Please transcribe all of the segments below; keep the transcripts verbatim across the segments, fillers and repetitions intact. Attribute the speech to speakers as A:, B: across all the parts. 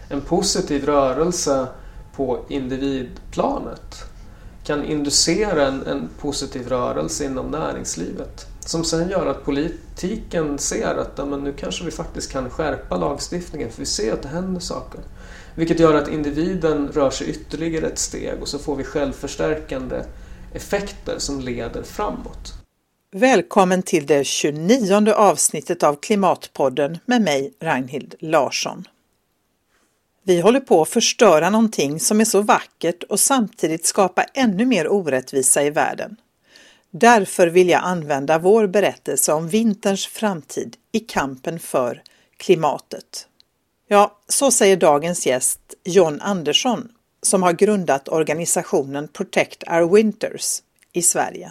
A: en positiv rörelse på individplanet kan inducera en, en positiv rörelse inom näringslivet som sen gör att politiken ser att ja, men nu kanske vi faktiskt kan skärpa lagstiftningen för vi ser att det händer saker. Vilket gör att individen rör sig ytterligare ett steg och så får vi självförstärkande effekter som leder framåt.
B: Välkommen till det tjugonionde avsnittet av Klimatpodden med mig, Ragnhild Larsson. Vi håller på att förstöra någonting som är så vackert och samtidigt skapa ännu mer orättvisa i världen. Därför vill jag använda vår berättelse om vinterns framtid i kampen för klimatet. Ja, så säger dagens gäst John Andersson som har grundat organisationen Protect Our Winters i Sverige.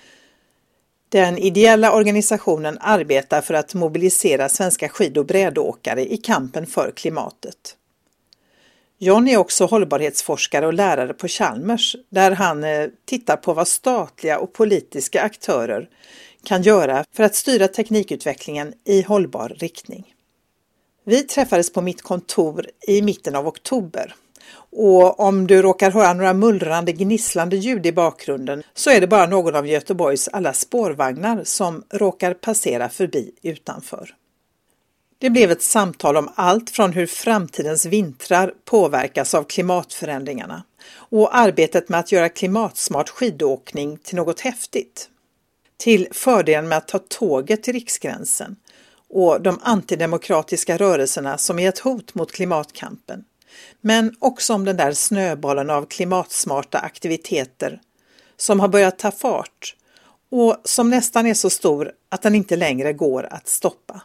B: Den ideella organisationen arbetar för att mobilisera svenska skid- och brädåkare i kampen för klimatet. John är också hållbarhetsforskare och lärare på Chalmers där han tittar på vad statliga och politiska aktörer kan göra för att styra teknikutvecklingen i hållbar riktning. Vi träffades på mitt kontor i mitten av oktober och om du råkar höra några mullrande gnisslande ljud i bakgrunden så är det bara någon av Göteborgs alla spårvagnar som råkar passera förbi utanför. Det blev ett samtal om allt från hur framtidens vintrar påverkas av klimatförändringarna och arbetet med att göra klimatsmart skidåkning till något häftigt, till fördelen med att ta tåget till riksgränsen och de antidemokratiska rörelserna som är ett hot mot klimatkampen, men också om den där snöbollen av klimatsmarta aktiviteter som har börjat ta fart och som nästan är så stor att den inte längre går att stoppa.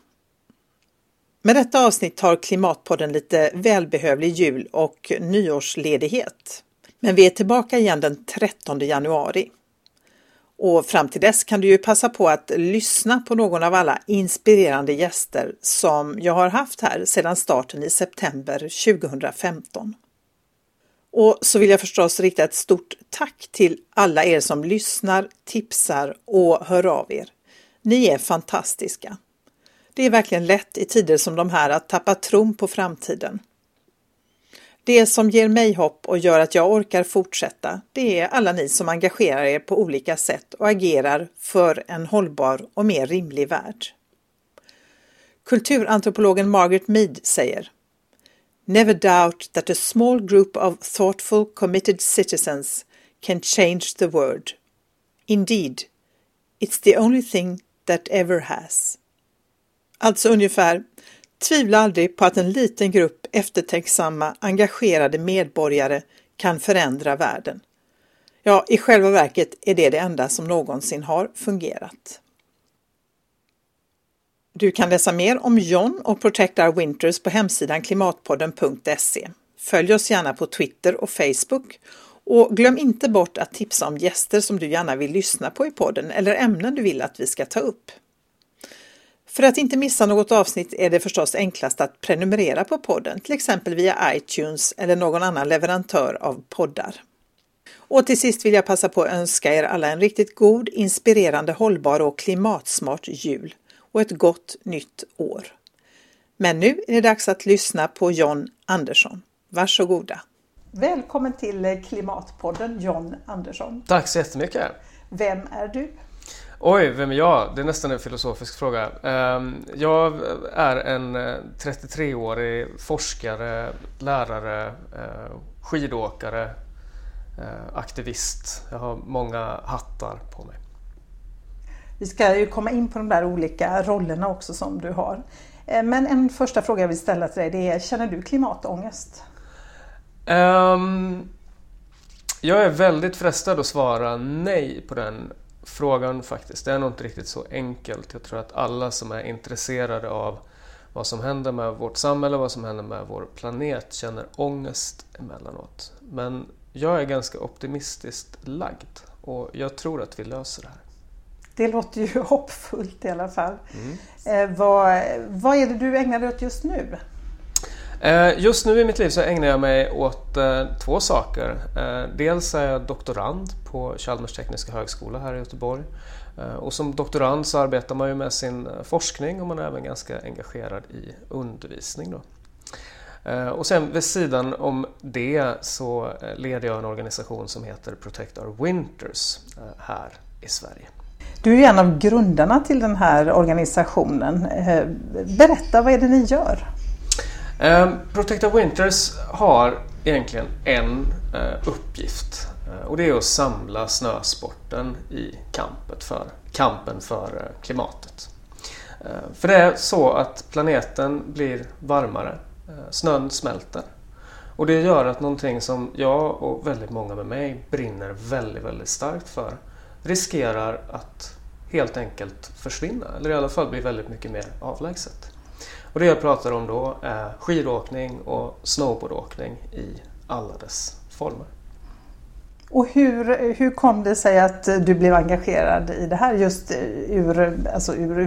B: Med detta avsnitt tar Klimatpodden lite välbehövlig jul- och nyårsledighet. Men vi är tillbaka igen den trettonde januari. Och fram till dess kan du ju passa på att lyssna på någon av alla inspirerande gäster som jag har haft här sedan starten i september tjugohundrafemton. Och så vill jag förstås rikta ett stort tack till alla er som lyssnar, tipsar och hör av er. Ni är fantastiska. Det är verkligen lätt i tider som de här att tappa tron på framtiden. Det som ger mig hopp och gör att jag orkar fortsätta, det är alla ni som engagerar er på olika sätt och agerar för en hållbar och mer rimlig värld. Kulturantropologen Margaret Mead säger: "Never doubt that a small group of thoughtful, committed citizens can change the world. Indeed, it's the only thing that ever has." Alltså ungefär, tvivla aldrig på att en liten grupp eftertänksamma, engagerade medborgare kan förändra världen. Ja, i själva verket är det det enda som någonsin har fungerat. Du kan läsa mer om John och Protect Our Winters på hemsidan klimatpodden punkt se. Följ oss gärna på Twitter och Facebook och glöm inte bort att tipsa om gäster som du gärna vill lyssna på i podden eller ämnen du vill att vi ska ta upp. För att inte missa något avsnitt är det förstås enklast att prenumerera på podden, till exempel via iTunes eller någon annan leverantör av poddar. Och till sist vill jag passa på att önska er alla en riktigt god, inspirerande, hållbar och klimatsmart jul och ett gott nytt år. Men nu är det dags att lyssna på John Andersson. Varsågoda. Välkommen till Klimatpodden, John Andersson.
A: Tack så jättemycket.
B: Vem är du?
A: Oj, vem är jag? Det är nästan en filosofisk fråga. Jag är en trettiotre-årig forskare, lärare, skidåkare, aktivist. Jag har många hattar på mig.
B: Vi ska ju komma in på de där olika rollerna också som du har. Men en första fråga jag vill ställa till dig, det är: känner du klimatångest?
A: Um, jag är väldigt frestad att svara nej på den frågan faktiskt. Det är nog inte riktigt så enkelt. Jag tror att alla som är intresserade av vad som händer med vårt samhälle, vad som händer med vår planet, känner ångest emellanåt. Men jag är ganska optimistiskt lagd och jag tror att vi löser det här.
B: Det låter ju hoppfullt i alla fall. Mm. Eh, vad, vad är det du ägnar dig åt just nu?
A: Eh, just nu i mitt liv så ägnar jag mig åt eh, två saker. Eh, dels är jag doktorand på Chalmers tekniska högskola här i Göteborg. Eh, och som doktorand så arbetar man ju med sin forskning och man är även ganska engagerad i undervisning då. Och sen vid sidan om det så leder jag en organisation som heter Protect Our Winters här i Sverige.
B: Du är en av grundarna till den här organisationen. Berätta, vad är det ni gör?
A: Protect Our Winters har egentligen en uppgift, och det är att samla snösporten i kampen för, kampen för klimatet. För det är så att planeten blir varmare, snön smälter. Och det gör att någonting som jag och väldigt många med mig brinner väldigt, väldigt starkt för riskerar att helt enkelt försvinna, eller i alla fall bli väldigt mycket mer avlägset. Och det jag pratar om då är skidåkning och snowboardåkning i alla dess former.
B: Och hur, hur kom det sig att du blev engagerad i det här just ur, alltså ur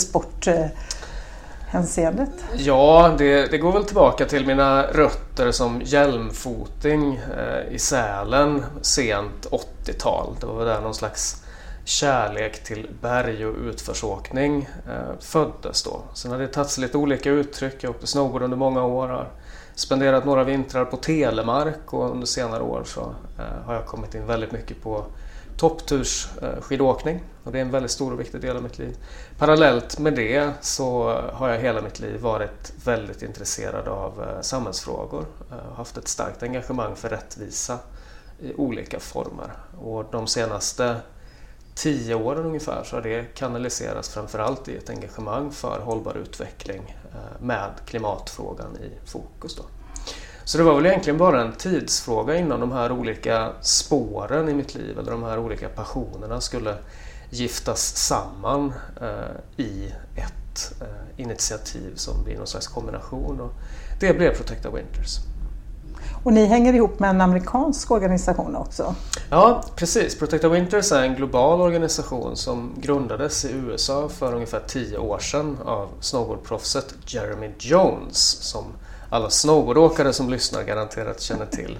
B: vintersporthänseendet?
A: Ja, det, det går väl tillbaka till mina rötter som hjälmfoting eh, i Sälen sent åttiotal. Det var där någon slags kärlek till berg- och utförsåkning eh, föddes då. Sen har det tagit sig lite olika uttryck. Jag åkte snowboard under många år, har spenderat några vintrar på Telemark, och under senare år så eh, har jag kommit in väldigt mycket på toppturs eh, skidåkning, och det är en väldigt stor och viktig del av mitt liv. Parallellt med det så har jag hela mitt liv varit väldigt intresserad av eh, samhällsfrågor. Jag har haft ett starkt engagemang för rättvisa i olika former, och de senaste tio åren ungefär så har det kanaliserats framförallt i ett engagemang för hållbar utveckling med klimatfrågan i fokus då. Så det var väl egentligen bara en tidsfråga innan de här olika spåren i mitt liv, eller de här olika passionerna, skulle giftas samman i ett initiativ som blir någon slags kombination, och det blev Protect Our Winters.
B: Och ni hänger ihop med en amerikansk organisation också?
A: Ja, precis. Protect Our Winters är en global organisation som grundades i U S A för ungefär tio år sedan av snowboardproffset Jeremy Jones, som alla snowboardåkare som lyssnar garanterat känner till.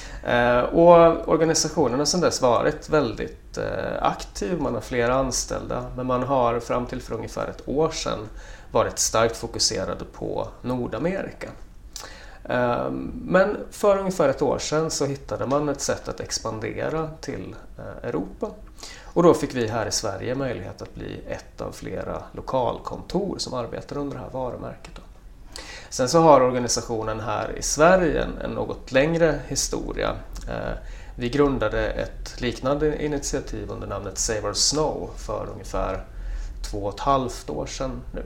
A: Och organisationen har sedan dess varit väldigt aktiv, man har flera anställda, men man har fram till för ungefär ett år sedan varit starkt fokuserade på Nordamerika. Men för ungefär ett år sedan så hittade man ett sätt att expandera till Europa. Och då fick vi här i Sverige möjlighet att bli ett av flera lokalkontor som arbetar under det här varumärket då. Sen så har organisationen här i Sverige en, en något längre historia. Vi grundade ett liknande initiativ under namnet Save Our Snow för ungefär två och ett halvt år sedan nu.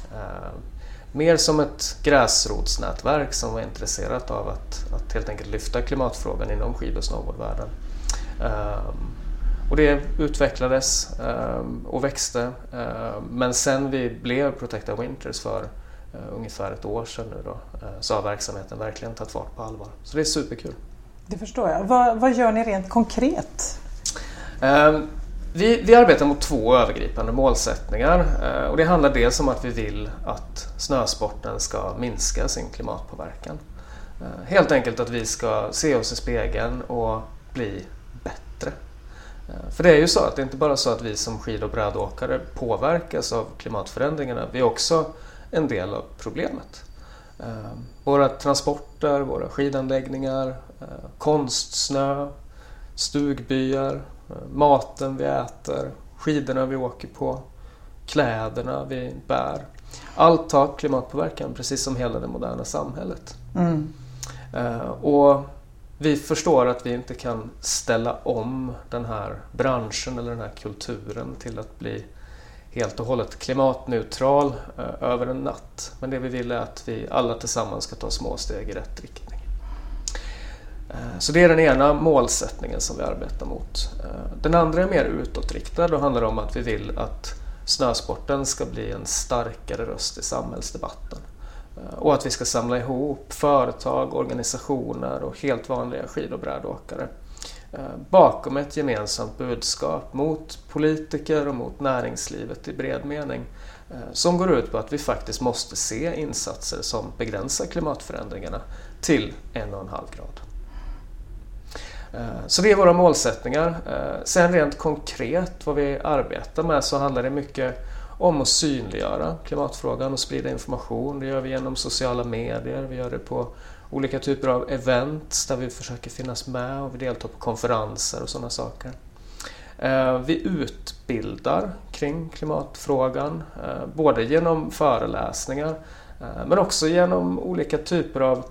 A: Mer som ett gräsrotsnätverk som var intresserat av att, att helt enkelt lyfta klimatfrågan inom skid- och snowboardvärlden. Um, och det utvecklades um, och växte. Um, men sen vi blev Protect Our Winters för uh, ungefär ett år sedan nu då, uh, så har verksamheten verkligen tagit fart på allvar. Så det är superkul.
B: Det förstår jag. Vad, vad gör ni rent konkret?
A: Um, Vi, vi arbetar mot två övergripande målsättningar, och det handlar dels om att vi vill att snösporten ska minska sin klimatpåverkan. Helt enkelt att vi ska se oss i spegeln och bli bättre. För det är ju så att det är inte bara så att vi som skid- och brädåkare påverkas av klimatförändringarna, vi är också en del av problemet. Våra transporter, våra skidanläggningar, konstsnö, stugbyar, maten vi äter, skidorna vi åker på, kläderna vi bär. Allt har klimatpåverkan, precis som hela det moderna samhället. Mm. Uh, och vi förstår att vi inte kan ställa om den här branschen eller den här kulturen till att bli helt och hållet klimatneutral uh, över en natt. Men det vi vill är att vi alla tillsammans ska ta små steg i rätt riktning. Så det är den ena målsättningen som vi arbetar mot. Den andra är mer utåtriktad och handlar om att vi vill att snösporten ska bli en starkare röst i samhällsdebatten. Och att vi ska samla ihop företag, organisationer och helt vanliga skid- och brädåkare bakom ett gemensamt budskap mot politiker och mot näringslivet i bred mening, som går ut på att vi faktiskt måste se insatser som begränsar klimatförändringarna till en och en halv grad. Så det är våra målsättningar. Sen rent konkret vad vi arbetar med så handlar det mycket om att synliggöra klimatfrågan och sprida information. Det gör vi genom sociala medier, vi gör det på olika typer av events där vi försöker finnas med och vi deltar på konferenser och sådana saker. Vi utbildar kring klimatfrågan, både genom föreläsningar men också genom olika typer av,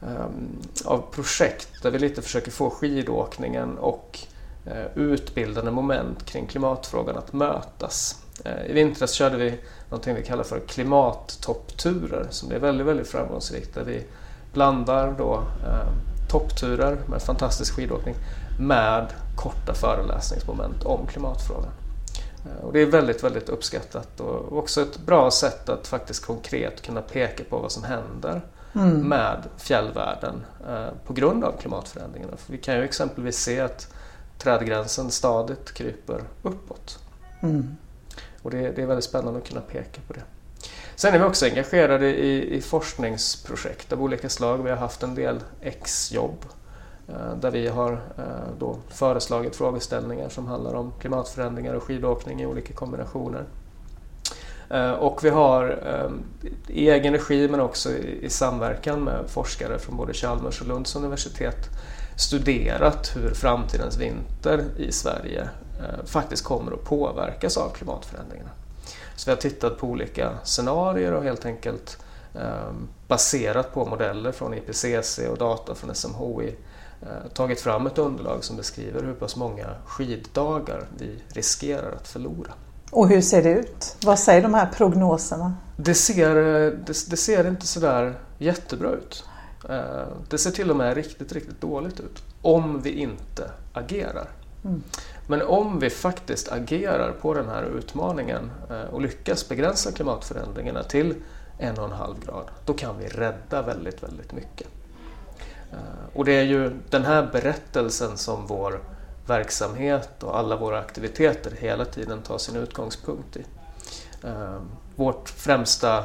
A: av projekt där vi lite försöker få skidåkningen och utbildande moment kring klimatfrågan att mötas. I vintras körde vi någonting vi kallar för klimattoppturer som är väldigt, väldigt framgångsrikt, där vi blandar då eh, toppturer med fantastisk skidåkning med korta föreläsningsmoment om klimatfrågan. Eh, och det är väldigt, väldigt uppskattat och också ett bra sätt att faktiskt konkret kunna peka på vad som händer mm. med fjällvärlden eh, på grund av klimatförändringarna. För vi kan ju exempelvis se att trädgränsen stadigt kryper uppåt. Mm. Och det, det är väldigt spännande att kunna peka på det. Sen är vi också engagerade i, i forskningsprojekt av olika slag. Vi har haft en del exjobb eh, där vi har eh, då föreslagit frågeställningar som handlar om klimatförändringar och skidåkning i olika kombinationer. Eh, och vi har eh, i egen regi men också i, i samverkan med forskare från både Chalmers och Lunds universitet studerat hur framtidens vinter i Sverige eh, faktiskt kommer att påverkas av klimatförändringarna. Så vi har tittat på olika scenarier och helt enkelt eh, baserat på modeller från I P C C och data från S M H I eh, tagit fram ett underlag som beskriver hur pass många skiddagar vi riskerar att förlora.
B: Och hur ser det ut? Vad säger de här prognoserna?
A: Det ser, det, det ser inte sådär jättebra ut. Eh, det ser till och med riktigt, riktigt dåligt ut om vi inte agerar. Mm. Men om vi faktiskt agerar på den här utmaningen och lyckas begränsa klimatförändringarna till en och en halv grad, då kan vi rädda väldigt, väldigt mycket. Och det är ju den här berättelsen som vår verksamhet och alla våra aktiviteter hela tiden tar sin utgångspunkt i. Vårt främsta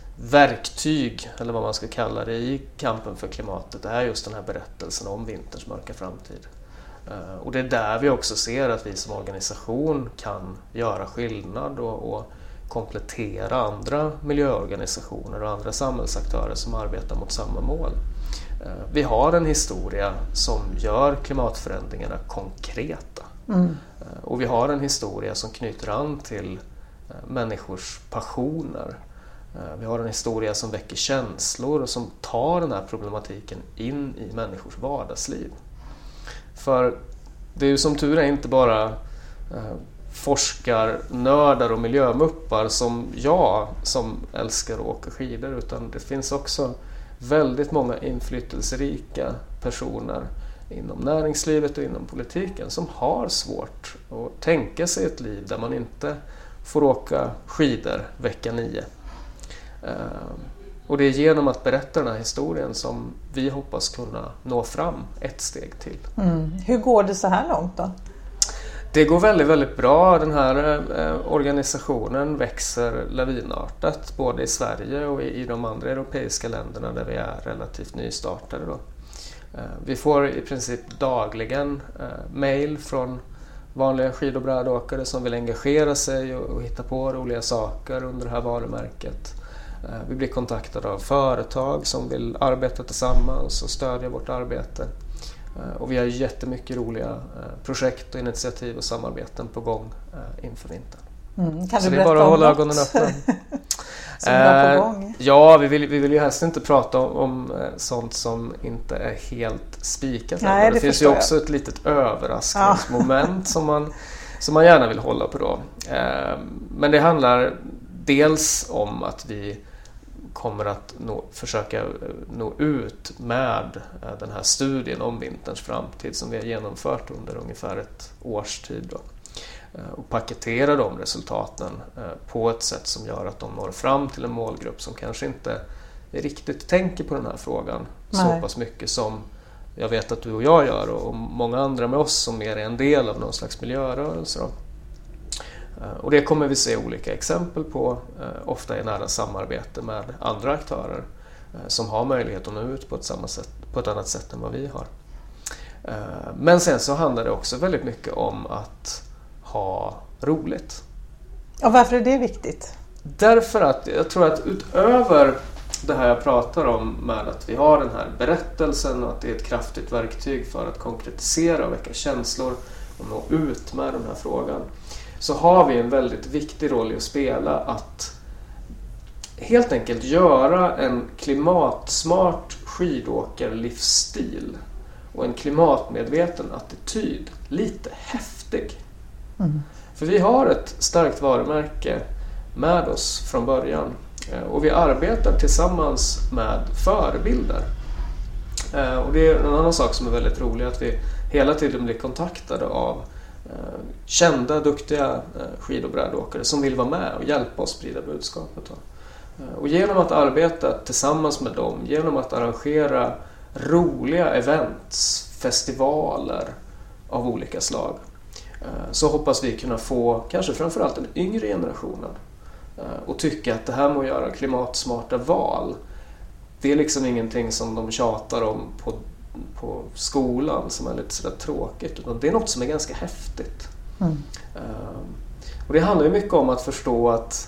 A: verktyg, eller vad man ska kalla det, i kampen för klimatet är just den här berättelsen om vinterns mörka framtid. Och det är där vi också ser att vi som organisation kan göra skillnad och, och komplettera andra miljöorganisationer och andra samhällsaktörer som arbetar mot samma mål. Vi har en historia som gör klimatförändringarna konkreta. Mm. Och vi har en historia som knyter an till människors passioner. Vi har en historia som väcker känslor och som tar den här problematiken in i människors vardagsliv. För det är ju som tur är inte bara eh, forskarnördar och miljömuppar som jag som älskar att åka skidor, utan det finns också väldigt många inflytelserika personer inom näringslivet och inom politiken som har svårt att tänka sig ett liv där man inte får åka skidor vecka nio. Eh, Och det är genom att berätta den här historien som vi hoppas kunna nå fram ett steg till.
B: Mm. Hur går det så här långt då?
A: Det går väldigt, väldigt bra. Den här eh, organisationen växer lavinartat både i Sverige och i, i de andra europeiska länderna där vi är relativt nystartade. Då. Eh, vi får i princip dagligen eh, mejl från vanliga skid- och brädåkare som vill engagera sig och, och hitta på roliga saker under det här varumärket. Vi blir kontaktade av företag som vill arbeta tillsammans och stödja vårt arbete. Och vi har jättemycket roliga projekt och initiativ och samarbeten på gång inför vintern.
B: Mm, kan
A: Så
B: du
A: det är bara att hålla ögonen öppna.
B: Som är på gång?
A: Ja, vi vill, vi vill ju helst inte prata om, om sånt som inte är helt spikat.
B: Nej, det,
A: det finns ju också jag. ett litet överraskningsmoment ja. som, man, som man gärna vill hålla på då. Men det handlar dels om att vi kommer att nå, försöka nå ut med den här studien om vinterns framtid som vi har genomfört under ungefär ett års tid då. Och paketera de resultaten på ett sätt som gör att de når fram till en målgrupp som kanske inte riktigt tänker på den här frågan Nej. så pass mycket som jag vet att du och jag gör och många andra med oss som mer är en del av någon slags miljörörelse då. Och det kommer vi se olika exempel på, ofta i nära samarbete med andra aktörer som har möjlighet att nå ut på ett, samma sätt, på ett annat sätt än vad vi har. Men sen så handlar det också väldigt mycket om att ha roligt.
B: Och varför är det viktigt?
A: Därför att jag tror att utöver det här jag pratar om med att vi har den här berättelsen och att det är ett kraftigt verktyg för att konkretisera och väcka känslor och nå ut med den här frågan, så har vi en väldigt viktig roll i att spela att helt enkelt göra en klimatsmart skidåkarlivsstil och en klimatmedveten attityd lite häftig. Mm. För vi har ett starkt varumärke med oss från början och vi arbetar tillsammans med förebilder. Och det är en annan sak som är väldigt rolig, att vi hela tiden blir kontaktade av kända, duktiga skid- och brädåkare som vill vara med och hjälpa oss sprida budskapet. Och genom att arbeta tillsammans med dem, genom att arrangera roliga events, festivaler av olika slag, så hoppas vi kunna få kanske framförallt den yngre generationen och tycka att det här med att göra klimatsmarta val, det är liksom ingenting som de tjatar om på, på skolan som är lite sådär tråkigt, utan det är något som är ganska häftigt. Mm. Och det handlar ju mycket om att förstå att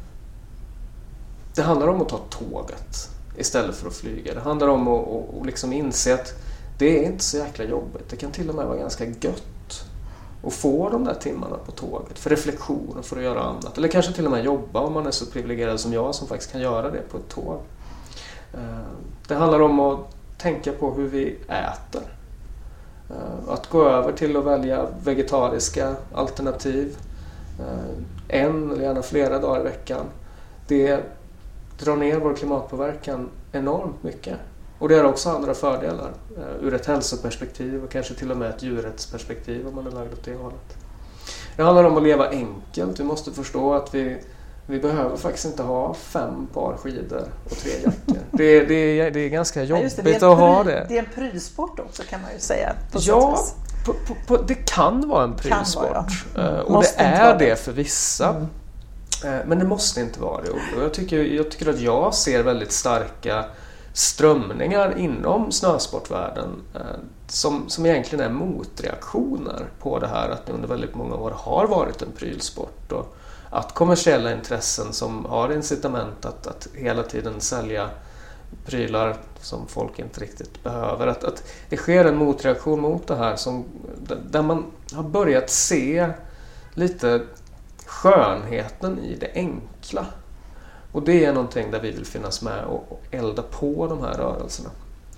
A: det handlar om att ta tåget istället för att flyga. Det handlar om att, att, att liksom inse att det är inte så jäkla jobbigt. Det kan till och med vara ganska gött att få de där timmarna på tåget för reflektion och för att göra annat. Eller kanske till och med jobba om man är så privilegierad som jag som faktiskt kan göra det på ett tåg. Det handlar om att tänka på hur vi äter. Att gå över till att välja vegetariska alternativ en eller gärna flera dagar i veckan. Det drar ner vår klimatpåverkan enormt mycket. Och det har också andra fördelar ur ett hälsoperspektiv och kanske till och med ett djurrättsperspektiv om man är lagd åt det hållet. Det handlar om att leva enkelt. Vi måste förstå att vi, vi behöver faktiskt inte ha fem par skidor och tre jackor. Det, det, det är ganska jobbigt ja, det, det att ha det.
B: Det är en prylsport också kan man ju säga.
A: Ja, på, på, på, det kan vara en prylsport. Vara, ja. mm. Och måste det är det. det för vissa. Mm. Men det måste inte vara det. Och jag tycker, jag tycker att jag ser väldigt starka strömningar inom snösportvärlden eh, som, som egentligen är motreaktioner på det här att det under väldigt många år har varit en prylsport och att kommersiella intressen som har incitament att, att hela tiden sälja prylar som folk inte riktigt behöver, att, att det sker en motreaktion mot det här som, där man har börjat se lite skönheten i det enkla. Och det är någonting där vi vill finnas med och elda på de här rörelserna.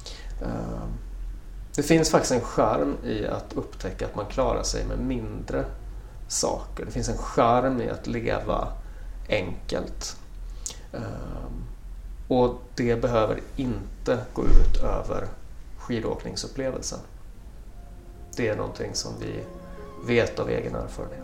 A: Det finns faktiskt en charm i att upptäcka att man klarar sig med mindre saker. Det finns en charm i att leva enkelt. Och det behöver inte gå ut över skidåkningsupplevelsen. Det är någonting som vi vet av egen erfarenhet.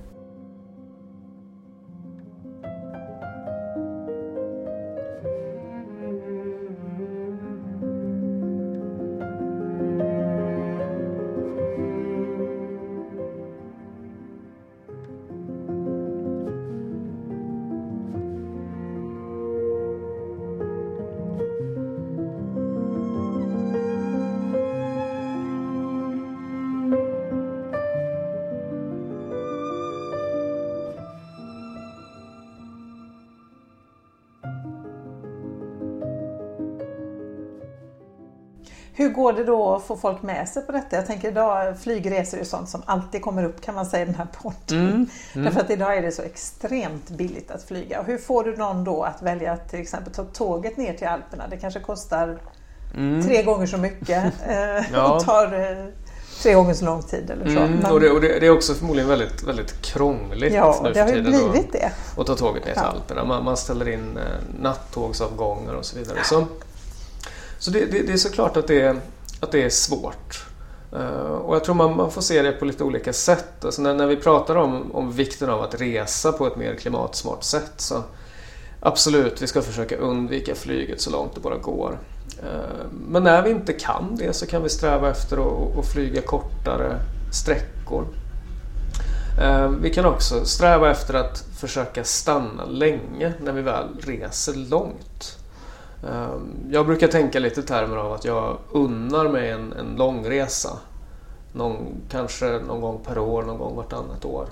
B: Hur går det då att få folk med sig på detta? Jag tänker idag, flygresor är sånt som alltid kommer upp kan man säga i den här podden. Mm, mm. Därför att idag är det så extremt billigt att flyga. Och hur får du någon då att välja att till exempel ta tåget ner till Alperna? Det kanske kostar mm. tre gånger så mycket ja. och tar eh, tre gånger så lång tid eller så. Mm, Men,
A: och det, och det, det är också förmodligen väldigt, väldigt krångligt
B: ja,
A: nu
B: det har
A: för
B: ju
A: tiden
B: blivit det.
A: att ta tåget ner till
B: ja.
A: Alperna. Man, man ställer in eh, nattågsavgångar och så vidare. Så, så det, det, det är såklart att det är att det är svårt. Uh, och jag tror man, man får se det på lite olika sätt. Alltså när, när vi pratar om, om vikten av att resa på ett mer klimatsmart sätt så absolut, vi ska försöka undvika flyget så långt det bara går. Uh, men när vi inte kan det så kan vi sträva efter att, att flyga kortare sträckor. Uh, vi kan också sträva efter att försöka stanna länge när vi väl reser långt. Jag brukar tänka lite i termer av att jag unnar mig en, en lång resa. Någon, kanske någon gång per år, någon gång vartannat år.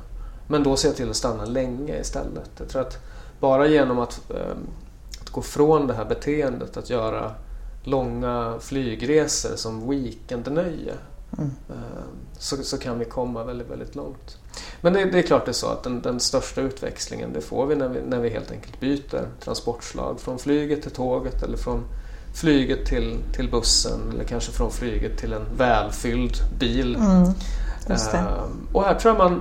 A: Men då ser jag till att stanna länge istället. Jag tror att bara genom att, eh, att gå från det här beteendet att göra långa flygresor som weekendnöje mm. eh, så, så kan vi komma väldigt, väldigt långt. Men det, det är klart det är så att den, den största utväxlingen det får vi när, vi när vi helt enkelt byter transportslag från flyget till tåget eller från flyget till, till bussen eller kanske från flyget till en välfylld bil.
C: Mm, just det.
A: Eh, och här tror jag man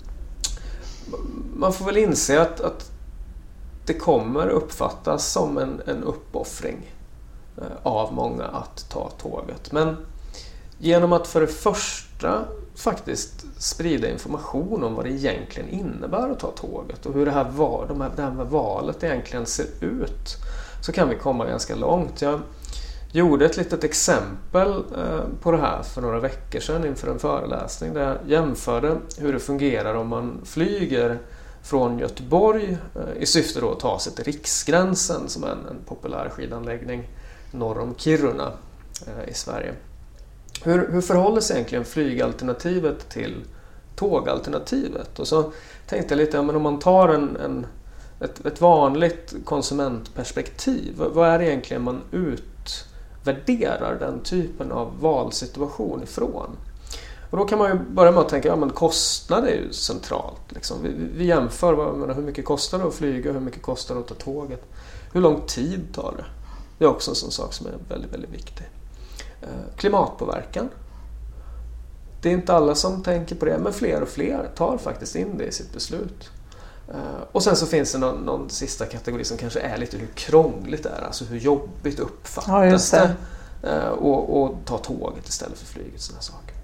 A: man får väl inse att, att det kommer uppfattas som en, en uppoffring eh, av många att ta tåget. Men genom att för det första faktiskt sprida information om vad det egentligen innebär att ta tåget och hur det här, var, de här, det här med valet egentligen ser ut så kan vi komma ganska långt. Jag gjorde ett litet exempel eh, på det här för några veckor sedan inför en föreläsning där jag jämförde hur det fungerar om man flyger från Göteborg eh, i syfte då att ta sig till Riksgränsen som är en, en populär skidanläggning norr om Kiruna eh, i Sverige. Hur, hur förhåller sig egentligen flygalternativet till tågalternativet? Och så tänkte jag lite, ja, men om man tar en, en, ett, ett vanligt konsumentperspektiv, vad är det egentligen man utvärderar den typen av valsituation ifrån? Och då kan man ju börja med att tänka, ja men kostnad är ju centralt. Liksom. Vi, vi jämför vad, menar, hur mycket kostar det att flyga och hur mycket kostar det att ta tåget. Hur lång tid tar det? Det är också en sån sak som är väldigt, väldigt viktig. Eh, klimatpåverkan. Det är inte alla som tänker på det, men fler och fler tar faktiskt in det i sitt beslut. Eh, och sen så finns det någon, någon sista kategori som kanske är lite hur krångligt det är. Alltså hur jobbigt uppfattas
C: ja, just det.
A: det. Eh, och, och ta tåget istället för flyget, sådana saker.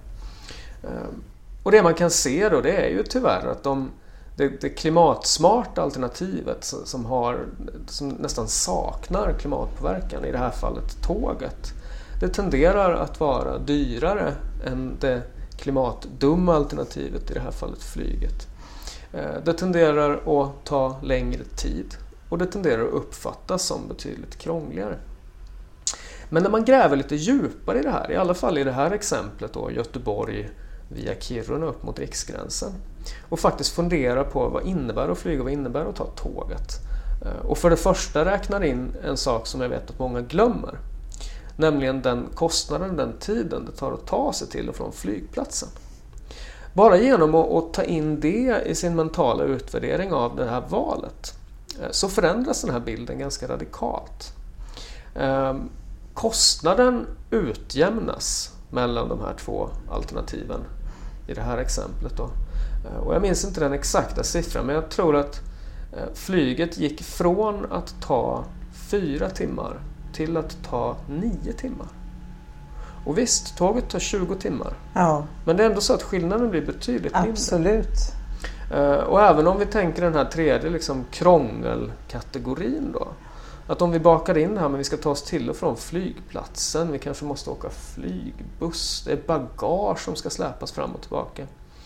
A: Och det man kan se då det är ju tyvärr att de, det, det klimatsmarta alternativet som, har, som nästan saknar klimatpåverkan, i det här fallet tåget, det tenderar att vara dyrare än det klimatdumma alternativet, i det här fallet flyget. Det tenderar att ta längre tid och det tenderar att uppfattas som betydligt krångligare. Men när man gräver lite djupare i det här, i alla fall i det här exemplet då, Göteborg via Kiruna upp mot Riksgränsen, och faktiskt fundera på vad innebär att flyga och vad innebär att ta tåget. Och för det första räknar in en sak som jag vet att många glömmer, nämligen den kostnaden, den tiden det tar att ta sig till och från flygplatsen. Bara genom att, att ta in det i sin mentala utvärdering av det här valet så förändras den här bilden ganska radikalt. Um, Kostnaden utjämnas mellan de här två alternativen i det här exemplet då. Och jag minns inte den exakta siffran, men jag tror att flyget gick från att ta fyra timmar till att ta nio timmar. Och visst, tåget tar tjugo timmar.
C: Ja. Men
A: det är ändå så att skillnaden blir betydligt mindre.
C: Absolut.
A: Och även om vi tänker den här tredje liksom krångelkategorin då. Att om vi bakar in det här, men vi ska ta oss till och från flygplatsen, vi kanske måste åka flygbuss, det är bagage som ska släpas fram och tillbaka.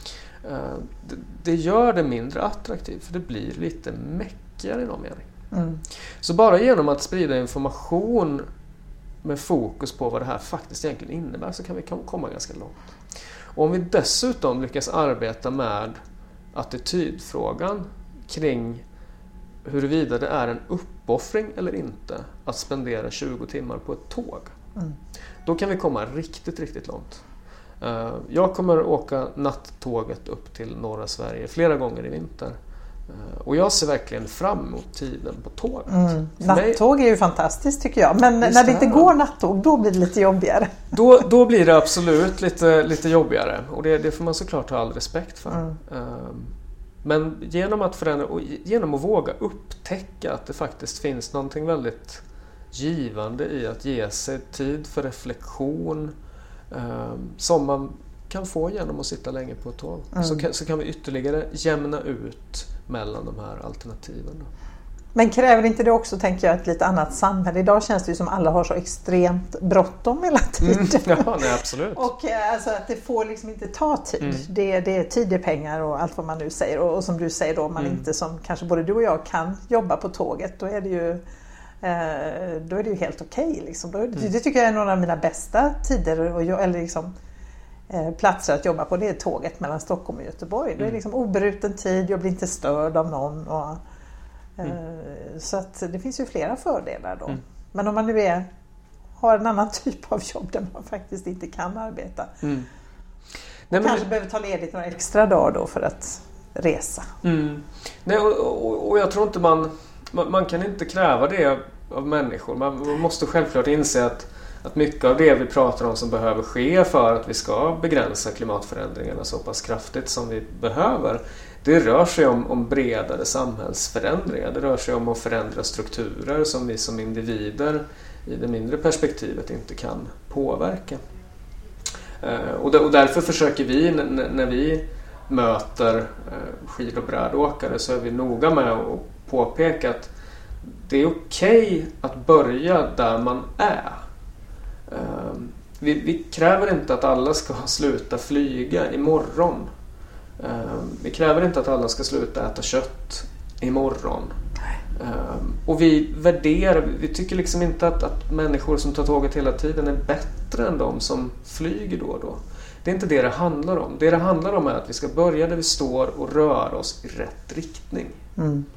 A: Det gör det mindre attraktivt, för det blir lite mäckigare i någon mening. Mm. Så bara genom att sprida information med fokus på vad det här faktiskt egentligen innebär så kan vi komma ganska långt. Och om vi dessutom lyckas arbeta med attitydfrågan kring huruvida det är en uppoffring eller inte att spendera tjugo timmar på ett tåg. Mm. Då kan vi komma riktigt, riktigt långt. Jag kommer åka nattåget upp till norra Sverige flera gånger i vinter. Och jag ser verkligen fram emot tiden på tåget. Mm.
C: Nattåg är ju fantastiskt tycker jag. Men när det inte går nattåg, då blir det lite jobbigare.
A: Då, då blir det absolut lite, lite jobbigare. Och det, det får man såklart ha all respekt för. Mm. Men genom att förändra och genom att våga upptäcka att det faktiskt finns någonting väldigt givande i att ge sig tid för reflektion eh, som man kan få genom att sitta länge på ett tåg. Mm. Så, kan, så kan vi ytterligare jämna ut mellan de här alternativen. Då.
C: Men kräver inte det också, tänker jag, ett lite annat samhälle? Idag känns det ju som alla har så extremt bråttom hela tiden.
A: Mm, ja, nej, absolut.
C: Och alltså, att det får liksom inte ta tid. Mm. Det, det är tid, det är pengar och allt vad man nu säger. Och, och som du säger då, om man mm. inte som kanske både du och jag kan jobba på tåget, då är det ju, eh, då är det ju helt okej. Okay, liksom. Då, mm. det, det tycker jag är några av mina bästa tider. Och jag, eller liksom, eh, platser att jobba på, det är tåget mellan Stockholm och Göteborg. Mm. Det är liksom obruten tid, jag blir inte störd av någon. Och, eh, mm. Så att det finns ju flera fördelar då. Mm. Men om man nu är, har en annan typ av jobb där man faktiskt inte kan arbeta. Mm. Nej, men kanske det... behöver ta ledigt några extra dagar då för att resa.
A: Mm. Nej, och, och, och jag tror inte man, man... Man kan inte kräva det av människor. Man, man måste självklart inse att, att mycket av det vi pratar om som behöver ske för att vi ska begränsa klimatförändringarna så pass kraftigt som vi behöver, det rör sig om, om bredare samhällsförändringar. Det rör sig om att förändra strukturer som vi som individer i det mindre perspektivet inte kan påverka. Och därför försöker vi, när vi möter skid- och brädåkare, så är vi noga med att påpeka att det är okej att börja där man är. Vi, vi kräver inte att alla ska sluta flyga imorgon. Vi kräver inte att alla ska sluta äta kött imorgon. Och vi värderar, vi tycker liksom inte att, att människor som tar tåget hela tiden är bättre än de som flyger då och då. Det är inte det det handlar om. Det det handlar om är att vi ska börja där vi står och röra oss i rätt riktning. Mm.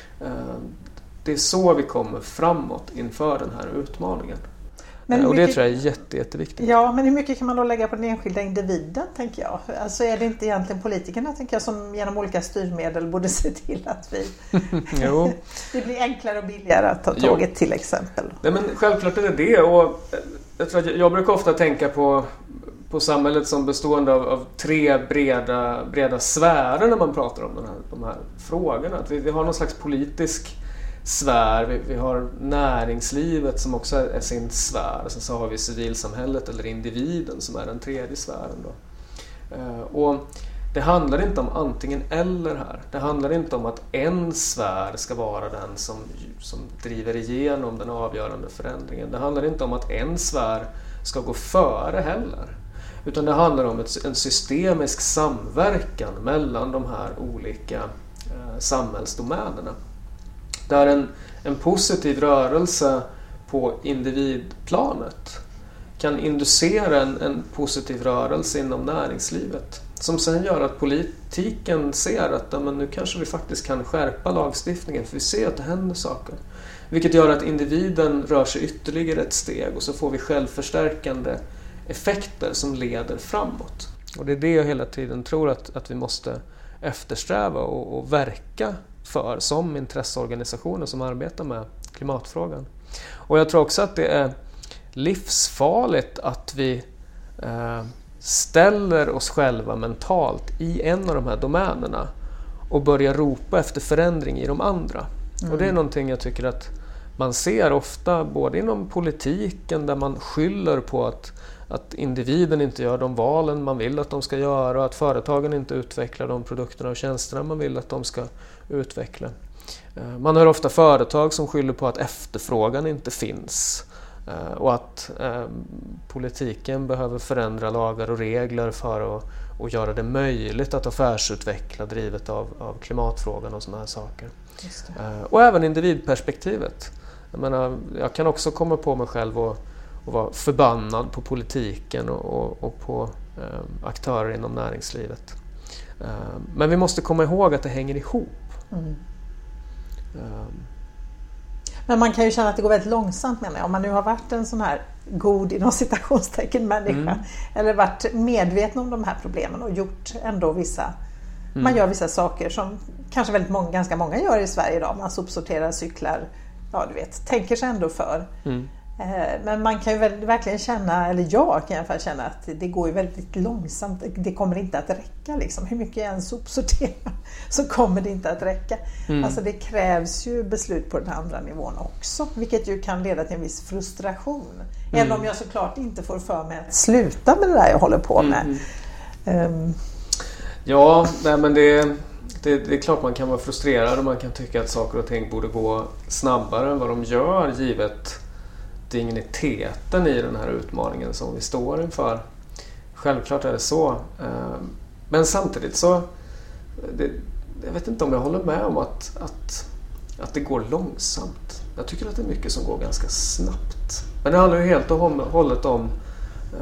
A: Det är så vi kommer framåt inför den här utmaningen. Men och mycket, det tror jag är jätte, jätteviktigt.
C: Ja, men hur mycket kan man då lägga på den enskilda individen, tänker jag? Alltså är det inte egentligen politikerna, tänker jag, som genom olika styrmedel borde se till att vi jo. det blir enklare och billigare att ta tåget jo. till exempel?
A: Nej, men självklart är det det. Och jag, tror att jag brukar ofta tänka på, på samhället som bestående av, av tre breda, breda sfärer när man pratar om den här, de här frågorna. Att vi, vi har någon slags politisk sfär, vi, vi har näringslivet som också är, är sin sfär, och sen så har vi civilsamhället eller individen som är den tredje sfären då. Uh, och det handlar inte om antingen eller här. Det handlar inte om att en sfär ska vara den som, som driver igenom den avgörande förändringen. Det handlar inte om att en sfär ska gå före heller. Utan det handlar om ett, en systemisk samverkan mellan de här olika uh, samhällsdomänerna. Där en, en positiv rörelse på individplanet kan inducera en, en positiv rörelse inom näringslivet. Som sen gör att politiken ser att ja, men nu kanske vi faktiskt kan skärpa lagstiftningen, för vi ser att det händer saker. Vilket gör att individen rör sig ytterligare ett steg, och så får vi självförstärkande effekter som leder framåt. Och det är det jag hela tiden tror att, att vi måste eftersträva och, och verka för som intresseorganisationer som arbetar med klimatfrågan. Och jag tror också att det är livsfarligt att vi eh, ställer oss själva mentalt i en av de här domänerna och börjar ropa efter förändring i de andra. Mm. Och det är någonting jag tycker att man ser ofta både inom politiken, där man skyller på att, att individen inte gör de valen man vill att de ska göra, och att företagen inte utvecklar de produkterna och tjänsterna man vill att de ska utveckla. Man hör ofta företag som skyller på att efterfrågan inte finns, och att eh, politiken behöver förändra lagar och regler för att och göra det möjligt att affärsutveckla drivet av, av klimatfrågan och sådana här saker. Eh, och även individperspektivet. Jag menar, jag kan också komma på mig själv och, och vara förbannad på politiken och, och, och på eh, aktörer inom näringslivet. Eh, men vi måste komma ihåg att det hänger ihop. Mm. Eh,
C: Men man kan ju känna att det går väldigt långsamt, menar jag. Om man nu har varit en sån här god inom citationstecken människa, mm. eller varit medveten om de här problemen och gjort ändå vissa, mm. man gör vissa saker som kanske väldigt många, ganska många gör i Sverige idag. Man sopsorterar, cyklar, ja du vet, tänker sig ändå för. Mm. Men man kan ju väl, verkligen känna, eller jag kan i alla fall känna att det går ju väldigt långsamt. Det kommer inte att räcka liksom. Hur mycket jag än sopsorterar så kommer det inte att räcka. Mm. Alltså det krävs ju beslut på den andra nivån också. Vilket ju kan leda till en viss frustration. Mm. Även om jag såklart inte får för mig att sluta med det där jag håller på med. Mm. Um.
A: Ja, nej, men det, det, det är klart man kan vara frustrerad och man kan tycka att saker och ting borde gå snabbare än vad de gör, givet digniteten i den här utmaningen som vi står inför. Självklart är det så. Men samtidigt så det, jag vet inte om jag håller med om att, att, att det går långsamt. Jag tycker att det är mycket som går ganska snabbt. Men det handlar ju helt och hållet om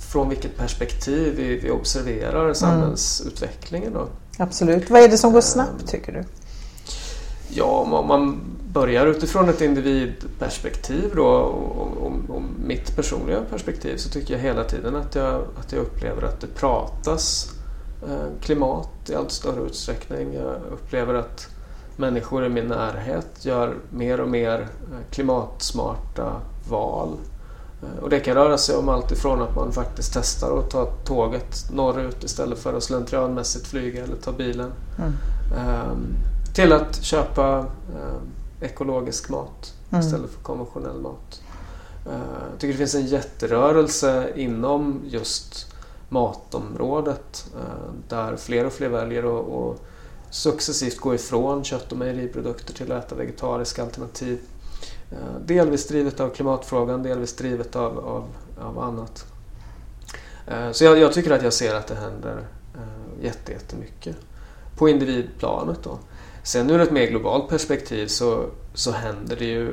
A: från vilket perspektiv vi, vi observerar samhällsutvecklingen då.
C: Absolut. Vad är det som går snabbt tycker du?
A: Ja, om man börjar utifrån ett individperspektiv då, och, och, och mitt personliga perspektiv, så tycker jag hela tiden att jag, att jag upplever att det pratas eh, klimat i allt större utsträckning. Jag upplever att människor i min närhet gör mer och mer klimatsmarta val. Och det kan röra sig om allt ifrån att man faktiskt testar att ta tåget norrut istället för att slentrianmässigt flyga eller ta bilen. Mm. Um, till att köpa um, ekologisk mat mm. istället för konventionell mat. Uh, jag tycker det finns en jätterörelse inom just matområdet uh, där fler och fler väljer att, att successivt gå ifrån kött- och mejeriprodukter till att äta vegetariska alternativ. Uh, delvis drivet av klimatfrågan, delvis drivet av, av, av annat. Uh, så jag, jag tycker att jag ser att det händer uh, jätte, jättemycket på individplanet då. Sen ur ett mer globalt perspektiv så, så händer det ju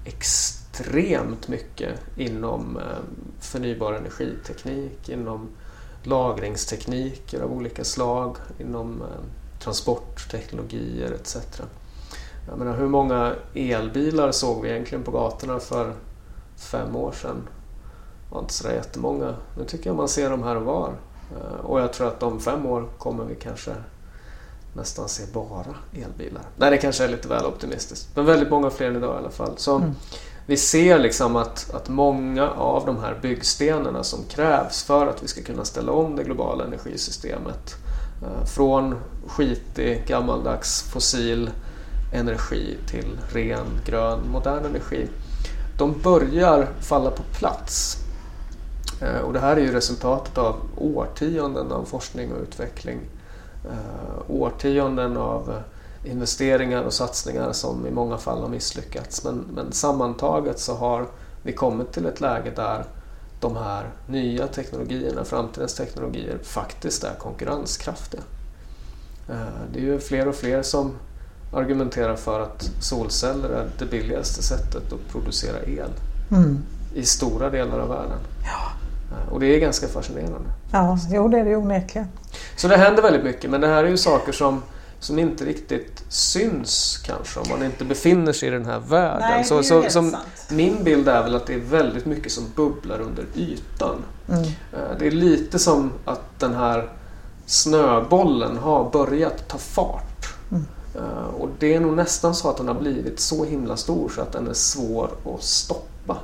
A: extremt mycket inom eh, förnybar energiteknik, inom lagringstekniker av olika slag, inom eh, transportteknologier et cetera. Jag menar, hur många elbilar såg vi egentligen på gatorna för fem år sedan? Det var inte så jättemånga. Nu tycker jag man ser dem här och var. Eh, och jag tror att om fem år kommer vi kanske nästan se bara elbilar. Nej, det kanske är lite väl optimistiskt. Men väldigt många fler än idag i alla fall. Så mm. vi ser liksom att, att många av de här byggstenarna som krävs för att vi ska kunna ställa om det globala energisystemet eh, från skitig, gammaldags, fossil energi till ren, grön, modern energi. De börjar falla på plats. Eh, och det här är ju resultatet av årtionden av forskning och utveckling. Uh, årtionden av uh, investeringar och satsningar som i många fall har misslyckats. Men, men sammantaget så har vi kommit till ett läge där de här nya teknologierna, framtidens teknologier, faktiskt är konkurrenskraftiga. Uh, det är ju fler och fler som argumenterar för att solceller är det billigaste sättet att producera el mm. i stora delar av världen. Ja. Och det är ganska fascinerande.
C: Ja, jo, det är det onekligen.
A: Så det händer väldigt mycket, men det här är ju saker som, som inte riktigt syns kanske om man inte befinner sig i den här världen.
C: Nej,
A: så,
C: det är
A: så,
C: helt
A: som
C: sant.
A: Min bild är väl att det är väldigt mycket som bubblar under ytan.
C: Mm.
A: Det är lite som att den här snöbollen har börjat ta fart. Mm. Och det är nog nästan så att den har blivit så himla stor så att den är svår att stoppa.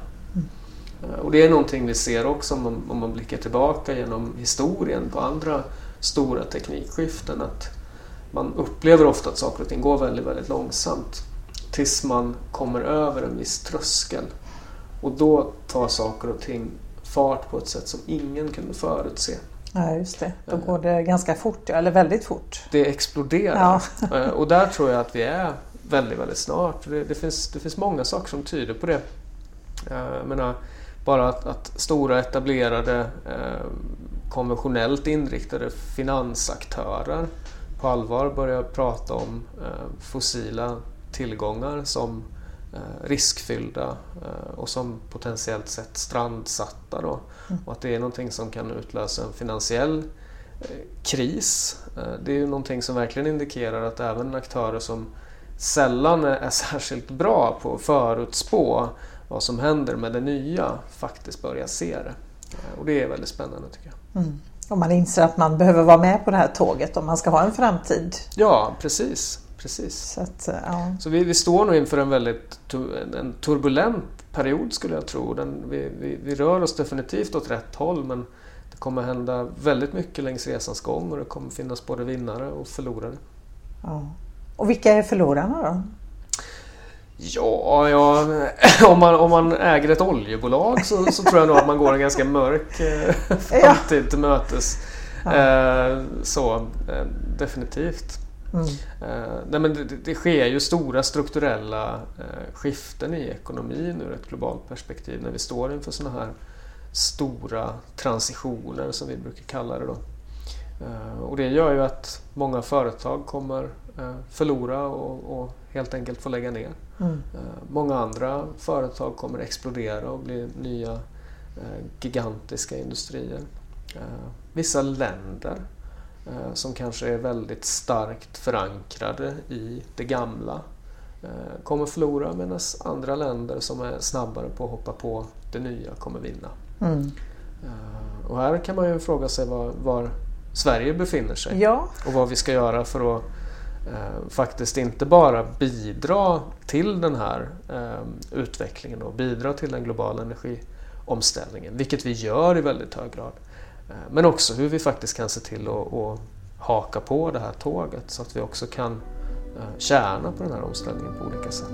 A: Och det är någonting vi ser också om man, om man blickar tillbaka genom historien på andra stora teknikskiften, att man upplever ofta att saker och ting går väldigt, väldigt långsamt tills man kommer över en viss tröskel. Och då tar saker och ting fart på ett sätt som ingen kunde förutse.
C: Ja, just det. Då går det ganska fort, eller väldigt fort.
A: Det exploderar. Ja. Och där tror jag att vi är väldigt, väldigt snart. Det, det, finns, det finns många saker som tyder på det. Jag menar, bara att, att stora etablerade eh, konventionellt inriktade finansaktörer på allvar börjar prata om eh, fossila tillgångar som eh, riskfyllda eh, och som potentiellt sett strandsatta då. Mm. Och att det är någonting som kan utlösa en finansiell eh, kris. Eh, det är ju någonting som verkligen indikerar att även aktörer som sällan är särskilt bra på att förutspå vad som händer med det nya faktiskt börjar se det. Och det är väldigt spännande tycker jag.
C: Mm. Och man inser att man behöver vara med på det här tåget om man ska ha en framtid.
A: Ja, precis. precis.
C: Så, att, ja.
A: Så vi, vi står nog inför en väldigt en turbulent period skulle jag tro. Den, vi, vi, vi rör oss definitivt åt rätt håll, men det kommer hända väldigt mycket längs resans gång och det kommer finnas både vinnare och förlorare.
C: Ja. Och vilka är förlorarna då?
A: Ja, ja om, man, om man äger ett oljebolag så, så tror jag nog att man går en ganska mörk eh, framtid ja. till mötes. Ja. Eh, så, eh, definitivt. Mm. Eh, nej, men det, det sker ju stora strukturella eh, skiften i ekonomin ur ett globalt perspektiv när vi står inför såna här stora transitioner som vi brukar kalla det då. Eh, och det gör ju att många företag kommer eh, förlora och, och helt enkelt få lägga ner. Mm. Många andra företag kommer explodera och bli nya eh, gigantiska industrier. Vissa länder som kanske är väldigt starkt förankrade i det gamla kommer förlora, medan andra länder som är snabbare på att hoppa på det nya kommer vinna. Mm. Och här kan man ju fråga sig var, var Sverige befinner sig,
C: ja. Och
A: vad vi ska göra för att eh, faktiskt inte bara bidra till den här eh, utvecklingen och bidra till den globala energiomställningen, vilket vi gör i väldigt hög grad, eh, men också hur vi faktiskt kan se till att, att haka på det här tåget så att vi också kan eh, tjäna på den här omställningen på olika sätt.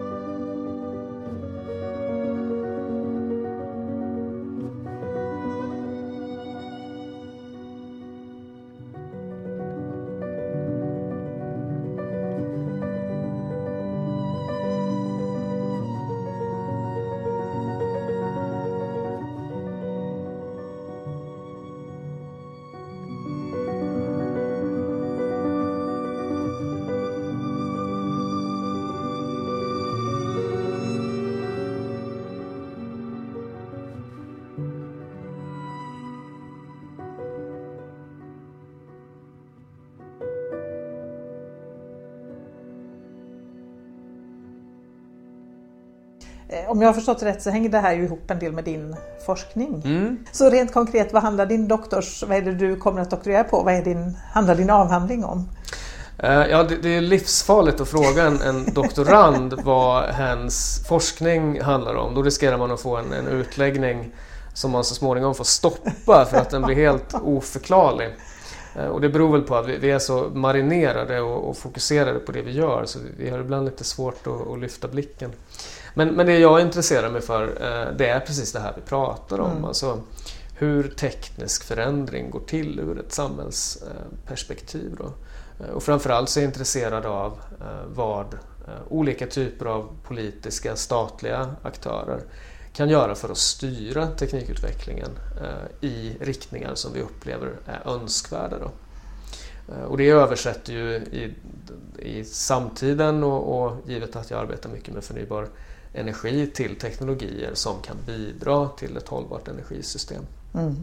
C: Om jag har förstått rätt så hänger det här ju ihop en del med din forskning.
A: Mm.
C: Så rent konkret, vad handlar din doktors, vad är det du kommer att doktorera på? Vad är din, handlar din avhandling om?
A: Ja, det, det är livsfarligt att fråga en, en doktorand vad hennes forskning handlar om. Då riskerar man att få en, en utläggning som man så småningom får stoppa för att den blir helt oförklarlig. Och det beror väl på att vi, vi är så marinerade och, och fokuserade på det vi gör, så vi, vi har ibland lite svårt att, att lyfta blicken. Men, men det jag intresserar mig för, det är precis det här vi pratar om. Mm. Alltså hur teknisk förändring går till ur ett samhällsperspektiv då. Och framförallt så är jag intresserad av vad olika typer av politiska, statliga aktörer kan göra för att styra teknikutvecklingen i riktningar som vi upplever är önskvärda då. Och det översätter ju i, i samtiden och, och givet att jag arbetar mycket med förnybar energi till teknologier som kan bidra till ett hållbart energisystem. Mm.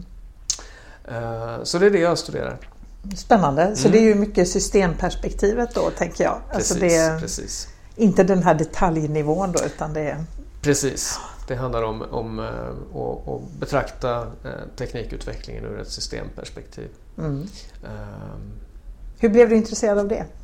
A: Så det är det jag studerar.
C: Spännande. Mm. Så det är ju mycket systemperspektivet då, tänker jag.
A: Precis,
C: alltså det är
A: precis.
C: Inte den här detaljnivån då, utan det är...
A: Precis. Det handlar om, om att, att betrakta teknikutvecklingen ur ett systemperspektiv. Mm. Um,
C: Hur blev du intresserad av det?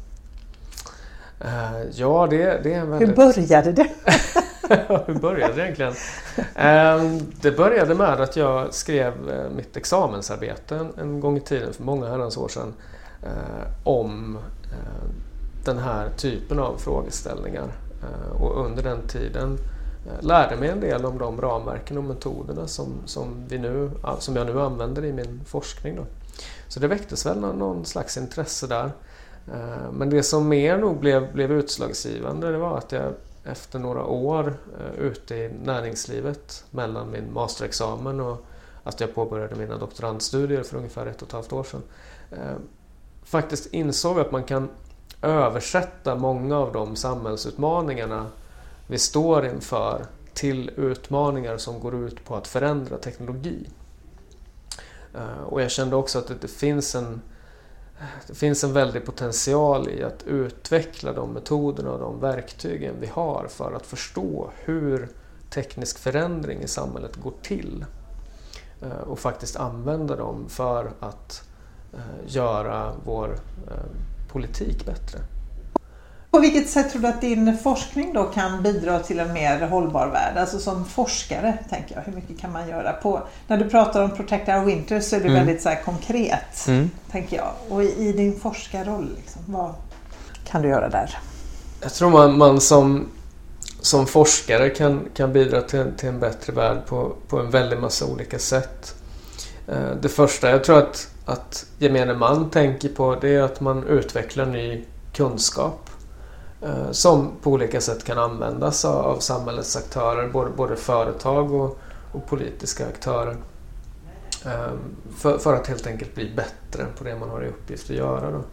A: Uh, ja, det, det är en väldigt...
C: Hur började det?
A: Hur började det egentligen? Um, det började med att jag skrev uh, mitt examensarbete en, en gång i tiden, för många herrans år sedan, uh, om uh, den här typen av frågeställningar. Uh, och under den tiden uh, lärde mig en del om de ramverken och metoderna som, som, vi nu, uh, som jag nu använder i min forskning då. Så det väcktes väl någon, någon slags intresse där. Uh, men det som mer nog blev, blev utslagsgivande, det var att jag efter några år uh, ute i näringslivet mellan min masterexamen och att jag påbörjade mina doktorandstudier för ungefär ett och ett halvt år sedan, uh, faktiskt insåg att man kan översätta många av de samhällsutmaningarna vi står inför till utmaningar som går ut på att förändra teknologi. Uh, och jag kände också att det, det finns en Det finns en väldig potential i att utveckla de metoderna och de verktygen vi har för att förstå hur teknisk förändring i samhället går till och faktiskt använda dem för att göra vår politik bättre.
C: På vilket sätt tror du att din forskning då kan bidra till en mer hållbar värld? Alltså som forskare, tänker jag, hur mycket kan man göra? På, när du pratar om Protect Our Winter så är det mm. väldigt så här konkret, mm. tänker jag. Och i, i din forskarroll, liksom, vad kan du göra där?
A: Jag tror man, man som, som forskare kan, kan bidra till, till en bättre värld på, på en väldig massa olika sätt. Det första jag tror att, att gemene man tänker på, det är att man utvecklar ny kunskap som på olika sätt kan användas av samhällets aktörer, både, både företag och, och politiska aktörer, för, för att helt enkelt bli bättre på det man har i uppgift att göra då.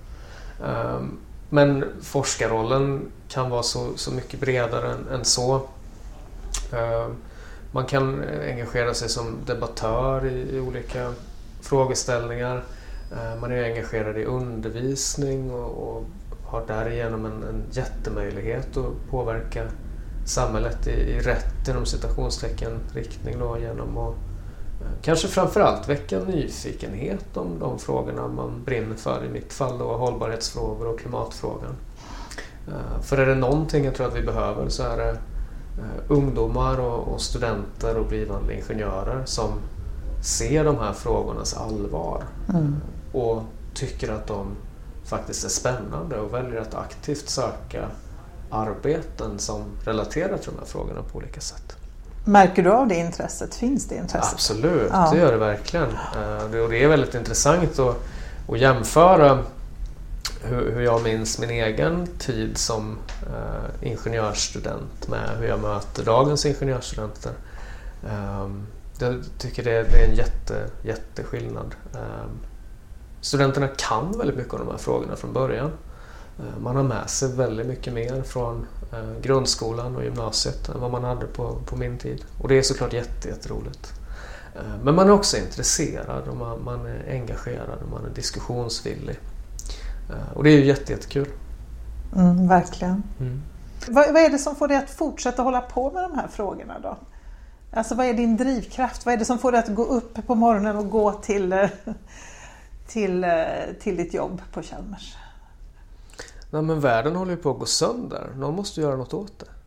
A: Men forskarrollen kan vara så, så mycket bredare än, än så. Man kan engagera sig som debattör i, i olika frågeställningar. Man är engagerad i undervisning och, och har därigenom en, en jättemöjlighet att påverka samhället i, i rätt inom citationstecken riktning då, genom att kanske framförallt väcka nyfikenhet om de frågorna man brinner för, i mitt fall då hållbarhetsfrågor och klimatfrågan. För är det någonting jag tror att vi behöver så är det ungdomar och, och studenter och blivande ingenjörer som ser de här frågornas allvar mm. och tycker att de faktiskt är spännande och väljer att aktivt söka arbeten som relaterar till de här frågorna på olika sätt.
C: Märker du av det intresset? Finns det intresset?
A: Absolut, ja. Det gör det verkligen. Och det är väldigt intressant att, att jämföra hur, hur jag minns min egen tid som uh, ingenjörsstudent med hur jag möter dagens ingenjörsstudenter. Um, jag tycker det, det är en jätte, jätteskillnad. Um, studenterna kan väldigt mycket om de här frågorna från början. Uh, man har med sig väldigt mycket mer från uh, grundskolan och gymnasiet än vad man hade på, på min tid. Och det är såklart jätte, jätteroligt. Uh, men man är också intresserad och man, man är engagerad och man är diskussionsvillig. Och det är ju jätte, jättekul.
C: Mm, verkligen. Mm. Vad, vad är det som får dig att fortsätta hålla på med de här frågorna då? Alltså vad är din drivkraft? Vad är det som får dig att gå upp på morgonen och gå till, till, till ditt jobb på Chalmers?
A: Nej, men världen håller ju på att gå sönder. Någon måste göra något åt det.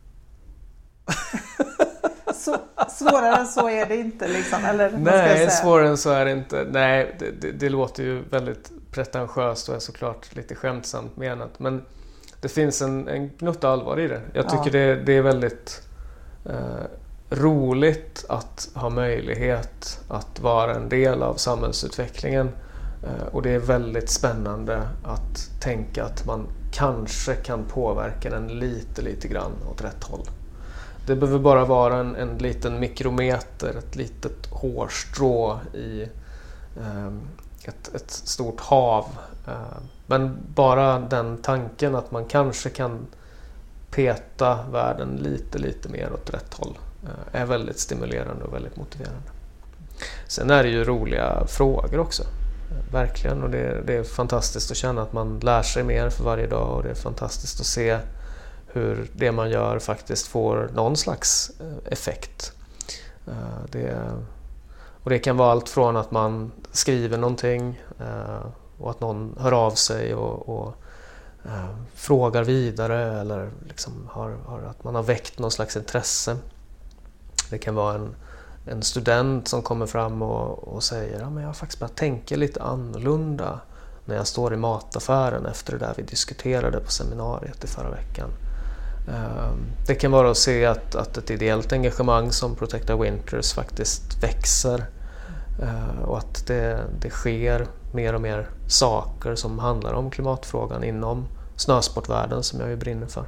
C: Så, svårare än så är det inte liksom, eller vad ska jag
A: Nej,
C: säga?
A: svårare än så är det inte. Nej, det, det, det låter ju väldigt pretentiöst och är såklart lite skämtsamt menat. Men det finns en, en gnutta allvar i det. Jag tycker ja. det, det är väldigt eh, roligt att ha möjlighet att vara en del av samhällsutvecklingen. Eh, och det är väldigt spännande att tänka att man kanske kan påverka den lite, lite grann åt rätt håll. Det behöver bara vara en, en liten mikrometer, ett litet hårstrå i eh, ett, ett stort hav. Eh, men bara den tanken att man kanske kan peta världen lite, lite mer åt rätt håll eh, är väldigt stimulerande och väldigt motiverande. Sen är det ju roliga frågor också. Eh, verkligen, och det, det är fantastiskt att känna att man lär sig mer för varje dag, och det är fantastiskt att se hur det man gör faktiskt får någon slags effekt. Det, och det kan vara allt från att man skriver någonting och att någon hör av sig och, och frågar vidare, eller liksom har, har, att man har väckt någon slags intresse. Det kan vara en, en student som kommer fram och, och säger ja, men jag har faktiskt börjat tänka lite annorlunda när jag står i mataffären efter det där vi diskuterade på seminariet i förra veckan. Det kan vara att se att, att ett ideellt engagemang som Protect Our Winters faktiskt växer, och att det, det sker mer och mer saker som handlar om klimatfrågan inom snösportvärlden som jag ju brinner för.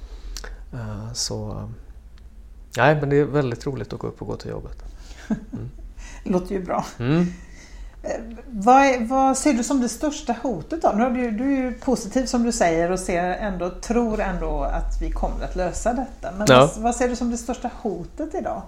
A: Så nej, men det är väldigt roligt att gå upp och gå till jobbet. Mm.
C: Det låter ju bra.
A: Mm.
C: Vad, är, vad ser du som det största hotet då? Nu är du, du är ju positiv som du säger och ser ändå, tror ändå att vi kommer att lösa detta. Men ja. vad, vad ser du som det största hotet idag?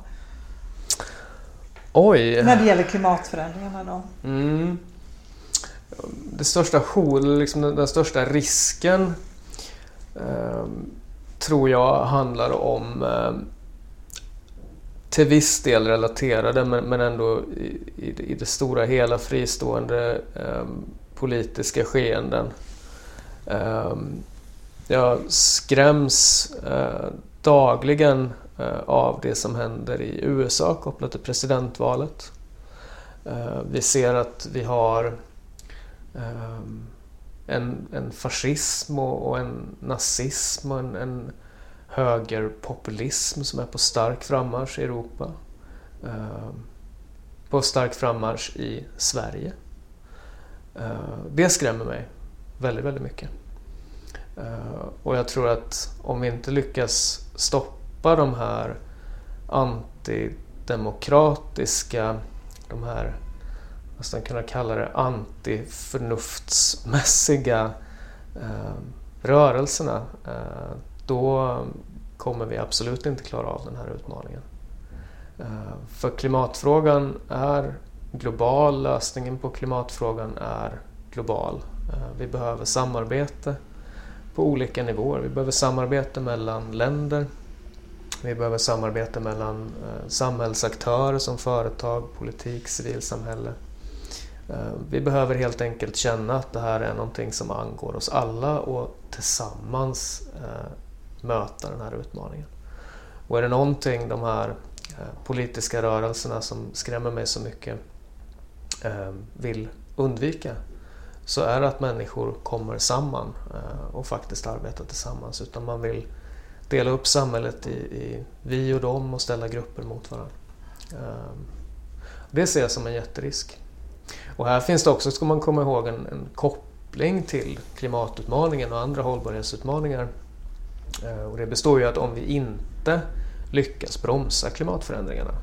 A: Oj.
C: När det gäller klimatförändringarna då?
A: Mm. Det största hotet, liksom den, den största risken eh, tror jag handlar om eh, till viss del relaterade, men, men ändå i, i, i det stora hela fristående eh, politiska skeenden. Eh, jag skräms eh, dagligen eh, av det som händer i U S A kopplat till presidentvalet. Eh, vi ser att vi har eh, en, en fascism och, och en nazism och en, en högerpopulism som är på stark frammarsch i Europa, eh, på stark frammarsch i Sverige. Eh, det skrämmer mig väldigt, väldigt mycket. Eh, och jag tror att om vi inte lyckas stoppa de här antidemokratiska, de här, nästan kunna kalla det antiförnuftsmässiga eh, rörelserna, eh, då kommer vi absolut inte klara av den här utmaningen. För klimatfrågan är global. Lösningen på klimatfrågan är global. Vi behöver samarbete på olika nivåer. Vi behöver samarbete mellan länder. Vi behöver samarbete mellan samhällsaktörer som företag, politik, civilsamhälle. Vi behöver helt enkelt känna att det här är någonting som angår oss alla och tillsammans möta den här utmaningen. Och är det någonting de här politiska rörelserna som skrämmer mig så mycket vill undvika, så är det att människor kommer samman och faktiskt arbetar tillsammans, utan man vill dela upp samhället i, i vi och dem och ställa grupper mot varandra. Det ser jag som en jätterisk. Och här finns det också, ska man komma ihåg, en, en koppling till klimatutmaningen och andra hållbarhetsutmaningar. Och det består ju att om vi inte lyckas bromsa klimatförändringarna,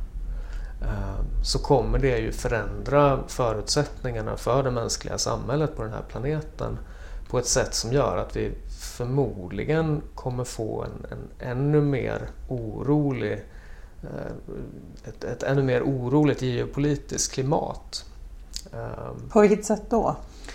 A: så kommer det ju förändra förutsättningarna för det mänskliga samhället på den här planeten på ett sätt som gör att vi förmodligen kommer få en, en ännu mer orolig ett, ett ännu mer oroligt geopolitiskt klimat.
C: På vilket sätt då?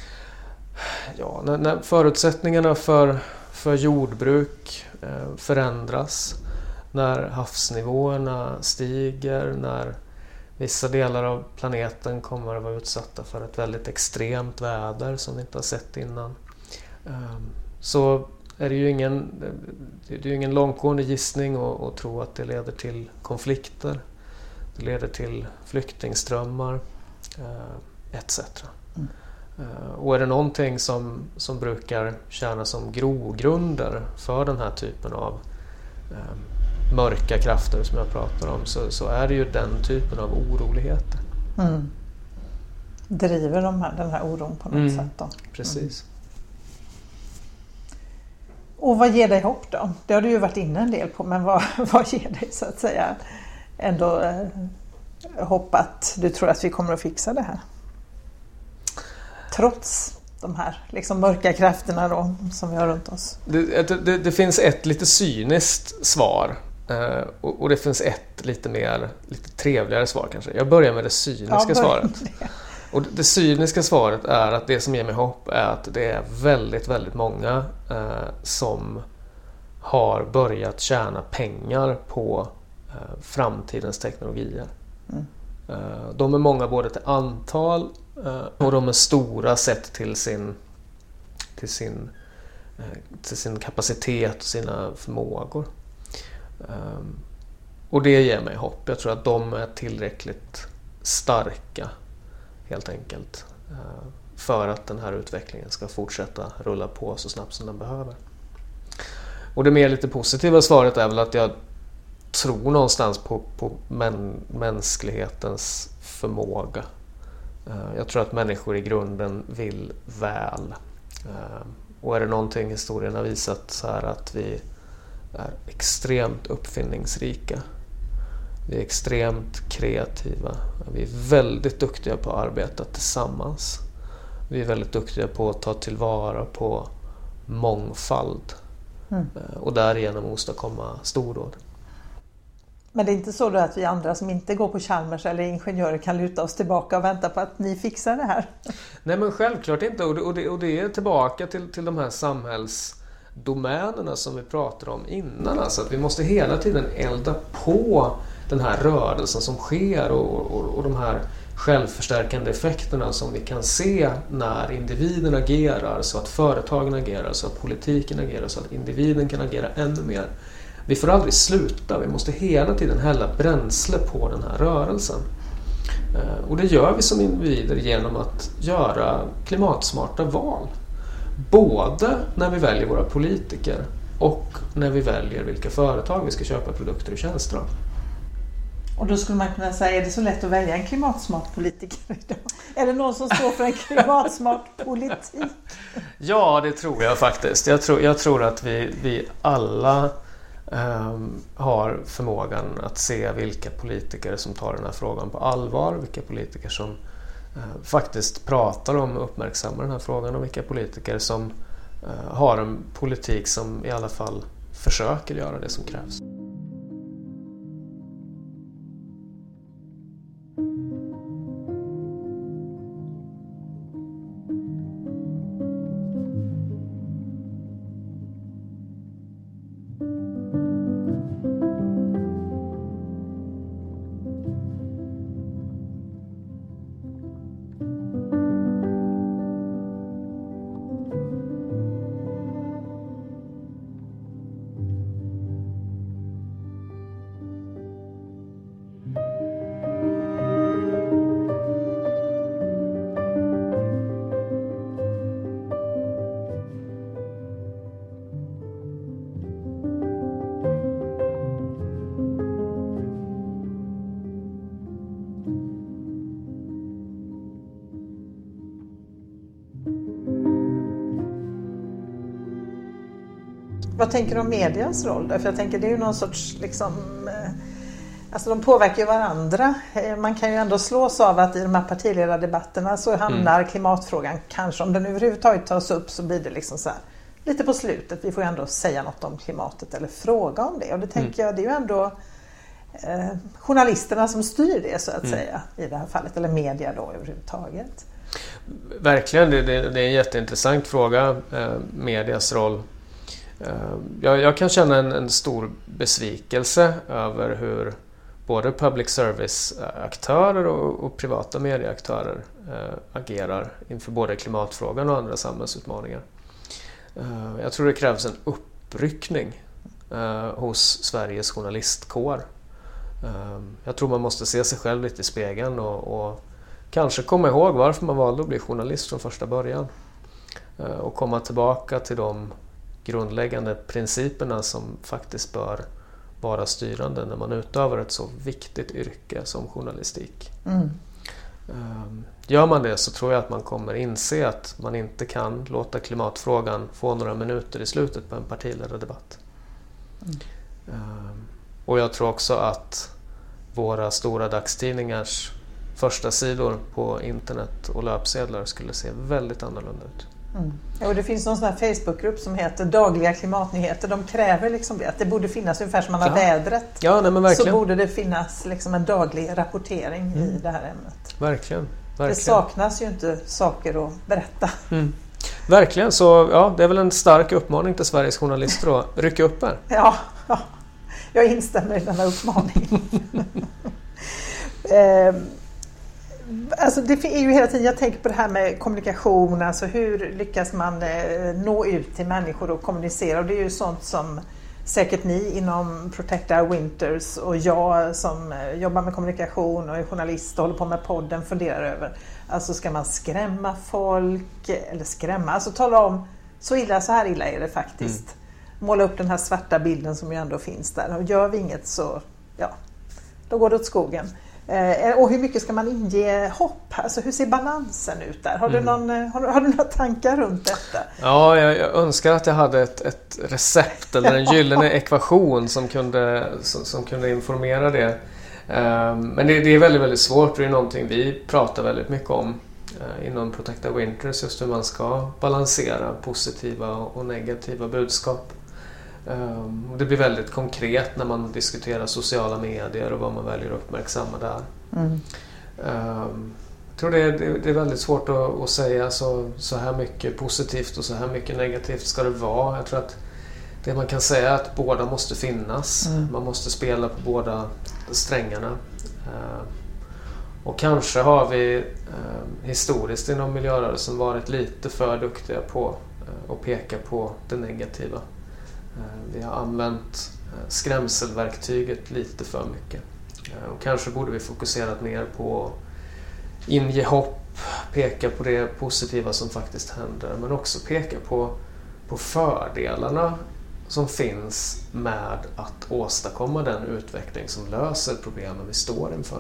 A: Ja, när, när förutsättningarna för, för jordbruk förändras, när havsnivåerna stiger, när vissa delar av planeten kommer att vara utsatta för ett väldigt extremt väder som vi inte har sett innan. Så är det ju ingen, det är ju ingen långtgående gissning att, att tro att det leder till konflikter. Det leder till flyktingströmmar et cetera. Mm. Och är det någonting som, som brukar tjäna som grogrunder för den här typen av mörka krafter som jag pratar om, så, så är det ju den typen av oroligheter.
C: Mm. Driver de här, den här oron på något mm. sätt då?
A: Precis.
C: Mm. Och vad ger dig hopp då? Det har du ju varit inne en del på, men vad, vad ger dig så att säga ändå eh, hopp att du tror att vi kommer att fixa det här? Trots de här liksom mörka krafterna då, som vi har runt oss.
A: Det, det, det finns ett lite cyniskt svar eh, och, och det finns ett lite mer lite trevligare svar kanske. Jag börjar med det cyniska ja, svaret. Det. Och det cyniska svaret är att det som ger mig hopp är att det är väldigt, väldigt många eh, som har börjat tjäna pengar på eh, framtidens teknologier. Mm. Eh, de är många både till antal eh, och de är stora sett till sin, till sin, eh, till sin kapacitet och sina förmågor. Eh, och det ger mig hopp. Jag tror att de är tillräckligt starka helt enkelt för att den här utvecklingen ska fortsätta rulla på så snabbt som den behöver. Och det mer lite positiva svaret är väl att jag tror någonstans på, på män, mänsklighetens förmåga. Jag tror att människor i grunden vill väl. Och är det någonting historien har visat så är att vi är extremt uppfinningsrika. Vi är extremt kreativa. Vi är väldigt duktiga på att arbeta tillsammans. Vi är väldigt duktiga på att ta tillvara på mångfald. Mm. Och därigenom åstadkomma stordåd.
C: Men det är inte så då att vi andra som inte går på Chalmers eller ingenjörer kan luta oss tillbaka och vänta på att ni fixar det här?
A: Nej, men självklart inte. Och det, och det, och det är tillbaka till, till de här samhällsdomänerna som vi pratade om innan. Alltså att vi måste hela tiden elda på den här rörelsen som sker och, och, och de här självförstärkande effekterna som vi kan se när individen agerar, så att företagen agerar, så att politiken agerar, så att individen kan agera ännu mer. Vi får aldrig sluta, vi måste hela tiden hälla bränsle på den här rörelsen. Och det gör vi som individer genom att göra klimatsmarta val. Både när vi väljer våra politiker och när vi väljer vilka företag vi ska köpa produkter och tjänster av.
C: Och då skulle man kunna säga, är det så lätt att välja en klimatsmart politiker idag? Är det någon som står för en klimatsmart politik?
A: Ja, det tror jag faktiskt. Jag tror, jag tror att vi, vi alla um, har förmågan att se vilka politiker som tar den här frågan på allvar, vilka politiker som uh, faktiskt pratar om och uppmärksammar den här frågan, och vilka politiker som uh, har en politik som i alla fall försöker göra det som krävs.
C: Vad tänker du om medias roll då? För jag tänker det är ju någon sorts liksom, eh, alltså de påverkar ju varandra. Eh, man kan ju ändå slås av att i de här partiledardebatterna så hamnar mm. klimatfrågan kanske, om den överhuvudtaget tas upp så blir det liksom så här lite på slutet. Vi får ju ändå säga något om klimatet eller fråga om det. Och det tänker mm. jag, det är ju ändå eh, journalisterna som styr det så att mm. säga i det här fallet. Eller media då överhuvudtaget.
A: Verkligen, det, det, det är en jätteintressant fråga, eh, medias roll. Eh, jag, jag kan känna en, en stor besvikelse över hur både public service-aktörer och, och privata medieaktörer eh, agerar inför både klimatfrågan och andra samhällsutmaningar. Uh, jag tror det krävs en uppryckning uh, hos Sveriges journalistkår. Uh, jag tror man måste se sig själv lite i spegeln och, och kanske komma ihåg varför man valde att bli journalist från första början. Uh, och komma tillbaka till de grundläggande principerna som faktiskt bör vara styrande när man utövar ett så viktigt yrke som journalistik. Mm. Um, gör man det så tror jag att man kommer inse att man inte kan låta klimatfrågan få några minuter i slutet på en partiledardebatt. Mm. Um, och jag tror också att våra stora dagstidningars första sidor på internet och löpsedlar skulle se väldigt annorlunda ut.
C: Mm. Ja, och det finns någon sån här Facebookgrupp som heter Dagliga klimatnyheter. De kräver liksom det, att det borde finnas ungefär som man har ja. vädret.
A: Ja, nej, men verkligen.
C: Så borde det finnas liksom en daglig rapportering mm. i det här ämnet.
A: Verkligen, verkligen.
C: Det saknas ju inte saker att berätta.
A: Mm. Verkligen, så ja, det är väl en stark uppmaning till Sveriges journalister då. Rycka upp här.
C: Ja, ja, jag instämmer i den här uppmaningen. eh, Alltså det är ju hela tiden, jag tänker på det här med kommunikation, alltså hur lyckas man eh, nå ut till människor och kommunicera, och det är ju sånt som säkert ni inom Protect Our Winters och jag som eh, jobbar med kommunikation och är journalist och håller på med podden funderar över. Alltså ska man skrämma folk eller skrämma, alltså tala om så illa, så här illa är det faktiskt. Mm. Måla upp den här svarta bilden som ju ändå finns där, och gör vi inget så, ja, då går det åt skogen. Eh, och hur mycket ska man inge hopp? Alltså hur ser balansen ut där? Har, mm. du, någon, har, har du några tankar runt detta?
A: Ja, jag, jag önskar att jag hade ett, ett recept eller en gyllene ekvation som kunde, som, som kunde informera det. Eh, men det, det är väldigt, väldigt svårt. Det är någonting vi pratar väldigt mycket om eh, inom Protect Our Winters, just hur man ska balansera positiva och negativa budskap. Um, det blir väldigt konkret när man diskuterar sociala medier och vad man väljer att uppmärksamma där. Mm. Um, jag tror det är, det är väldigt svårt att, att säga så, så här mycket positivt och så här mycket negativt ska det vara. Jag tror att det man kan säga är att båda måste finnas. Mm. Man måste spela på båda strängarna. Uh, och kanske har vi uh, historiskt inom miljörörelsen varit lite för duktiga på uh, att peka på det negativa. Vi har använt skrämselverktyget lite för mycket. Och kanske borde vi fokuserat mer på inge hopp, peka på det positiva som faktiskt händer, men också peka på, på fördelarna som finns med att åstadkomma den utveckling som löser problemen vi står inför.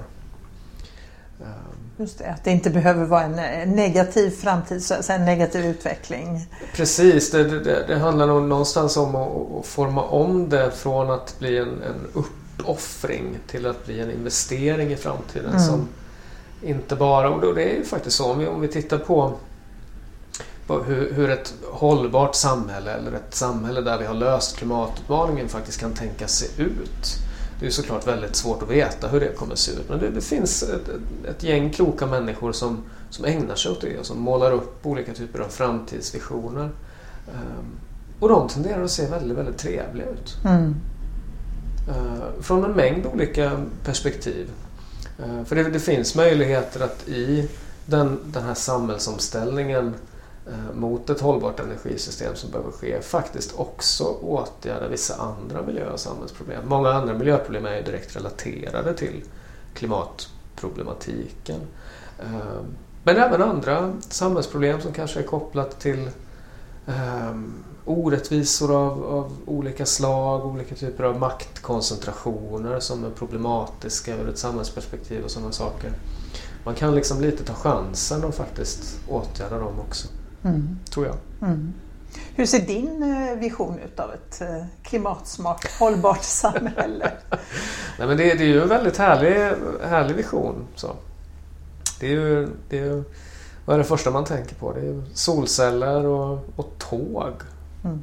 C: Just det, att det inte behöver vara en negativ framtid, en negativ utveckling.
A: Precis, det, det, det handlar nog någonstans om att, att forma om det från att bli en, en uppoffring till att bli en investering i framtiden. Mm. Som inte bara, och det är ju faktiskt så, om vi, om vi tittar på, på hur, hur ett hållbart samhälle eller ett samhälle där vi har löst klimatutmaningen faktiskt kan tänka sig ut. Det är såklart väldigt svårt att veta hur det kommer se ut, men det, det finns ett, ett gäng kloka människor som, som ägnar sig åt det och som målar upp olika typer av framtidsvisioner. Um, och de tenderar att se väldigt, väldigt trevliga ut. Mm. Uh, från en mängd olika perspektiv. Uh, för det, det finns möjligheter att i den, den här samhällsomställningen mot ett hållbart energisystem som behöver ske faktiskt också åtgärda vissa andra miljö- och samhällsproblem. Många andra miljöproblem är ju direkt relaterade till klimatproblematiken. Men även andra samhällsproblem som kanske är kopplat till um, orättvisor av, av olika slag, olika typer av maktkoncentrationer som är problematiska ur ett samhällsperspektiv och sådana saker. Man kan liksom lite ta chansen och faktiskt åtgärda dem också. Mm. Tror jag.
C: Mm. Hur ser din vision ut av ett klimatsmart, hållbart samhälle?
A: Nej, men det, det är ju en väldigt härlig, härlig vision. Så. Det är ju, det är ju, vad är det första man tänker på? Det är ju solceller och, och tåg. Mm.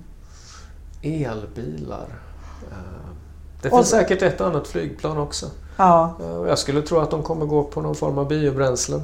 A: Elbilar. Det finns och, säkert ett annat flygplan också.
C: Ja.
A: Jag skulle tro att de kommer gå på någon form av biobränslen.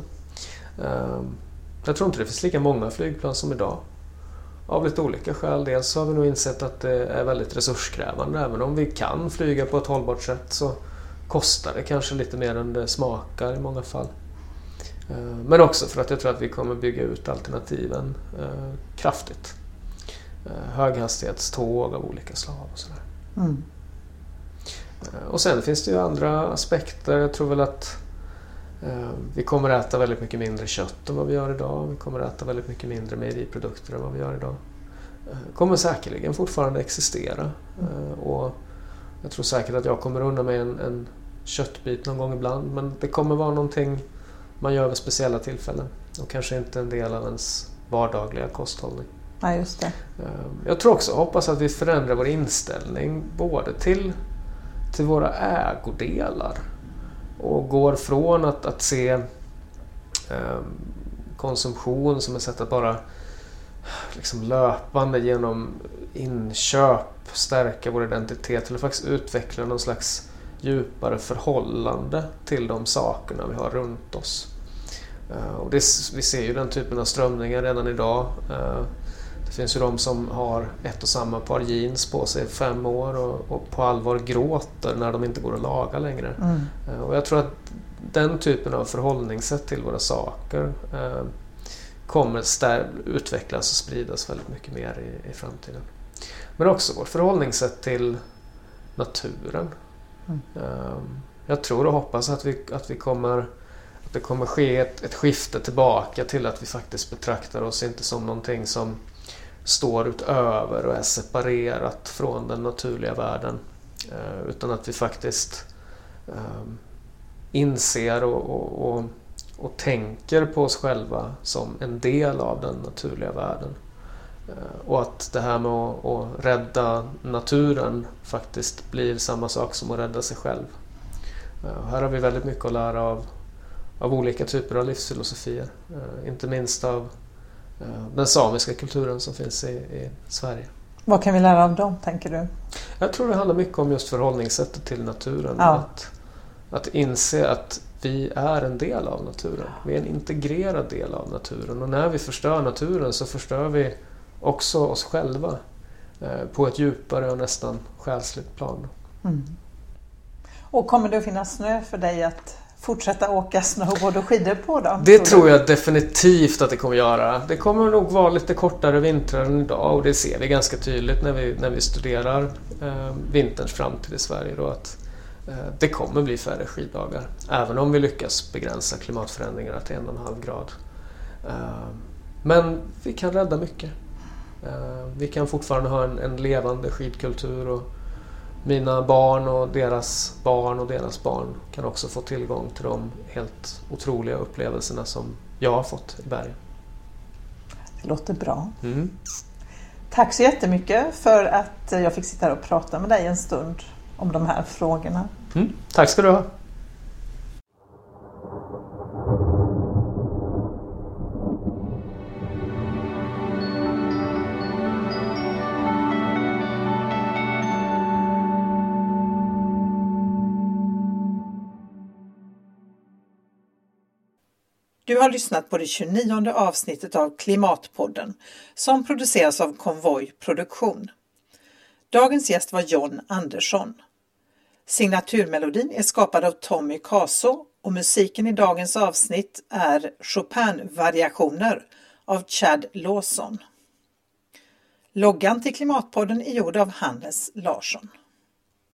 A: Jag tror inte det finns lika många flygplan som idag. Av lite olika skäl. Dels har vi nog insett att det är väldigt resurskrävande. Även om vi kan flyga på ett hållbart sätt så kostar det kanske lite mer än det smakar i många fall. Men också för att jag tror att vi kommer bygga ut alternativen kraftigt. Höghastighetståg av olika slag och sådär. Mm. Och sen finns det ju andra aspekter. Jag tror väl att eh, vi kommer att äta väldigt mycket mindre kött än vad vi gör idag. Vi kommer att äta väldigt mycket mindre mejeriprodukter än vad vi gör idag. Eh, kommer säkerligen fortfarande existera. Eh, och jag tror säkert att jag kommer unna mig en, en köttbit någon gång ibland. Men det kommer vara någonting man gör vid speciella tillfällen. Och kanske inte en del av ens vardagliga kosthållning.
C: Ja, just det.
A: Jag tror också, hoppas att vi förändrar vår inställning både till, till våra ägodelar och går från att, att se eh, konsumtion som ett sätt att bara liksom löpande genom inköp stärka vår identitet eller faktiskt utveckla någon slags djupare förhållande till de sakerna vi har runt oss. Eh, och det, vi ser ju den typen av strömningar redan idag. Eh, Det finns ju de som har ett och samma par jeans på sig i fem år och, och på allvar gråter när de inte går att laga längre. Mm. Och jag tror att den typen av förhållningssätt till våra saker eh, kommer stär- utvecklas och spridas väldigt mycket mer i, i framtiden. Men också vårt förhållningssätt till naturen. Mm. Eh, jag tror och hoppas att, vi, att, vi kommer, att det kommer ske ett, ett skifte tillbaka till att vi faktiskt betraktar oss inte som någonting som står utöver och är separerat från den naturliga världen. Eh, utan att vi faktiskt eh, inser och, och, och, och tänker på oss själva som en del av den naturliga världen. Eh, och att det här med att, att rädda naturen faktiskt blir samma sak som att rädda sig själv. Eh, här har vi väldigt mycket att lära av, av olika typer av livsfilosofier. Eh, inte minst av den samiska kulturen som finns i, i Sverige.
C: Vad kan vi lära av dem, tänker du?
A: Jag tror det handlar mycket om just förhållningssättet till naturen.
C: Ja.
A: Att, att inse att vi är en del av naturen. Vi är en integrerad del av naturen. Och när vi förstör naturen så förstör vi också oss själva eh, på ett djupare och nästan själsligt plan. Mm.
C: Och kommer det att finnas snö för dig att fortsätta åka snowboard och skidor på då?
A: Det tror jag definitivt att det kommer göra. Det kommer nog vara lite kortare vintrar än idag och det ser vi ganska tydligt när vi, när vi studerar eh, vinterns framtid i Sverige då, att eh, det kommer bli färre skiddagar. Även om vi lyckas begränsa klimatförändringarna till en och en halv grad. Eh, men vi kan rädda mycket. Eh, vi kan fortfarande ha en, en levande skidkultur och mina barn och deras barn och deras barn kan också få tillgång till de helt otroliga upplevelserna som jag har fått i bergen.
C: Det låter bra.
A: Mm.
C: Tack så jättemycket för att jag fick sitta här och prata med dig en stund om de här frågorna.
A: Mm. Tack ska du ha.
B: Du har lyssnat på det tjugonionde avsnittet av Klimatpodden som produceras av Konvoj Produktion. Dagens gäst var John Andersson. Signaturmelodin är skapad av Tommy Caso och musiken i dagens avsnitt är Chopin-variationer av Chad Lawson. Loggan till Klimatpodden är gjord av Hannes Larsson.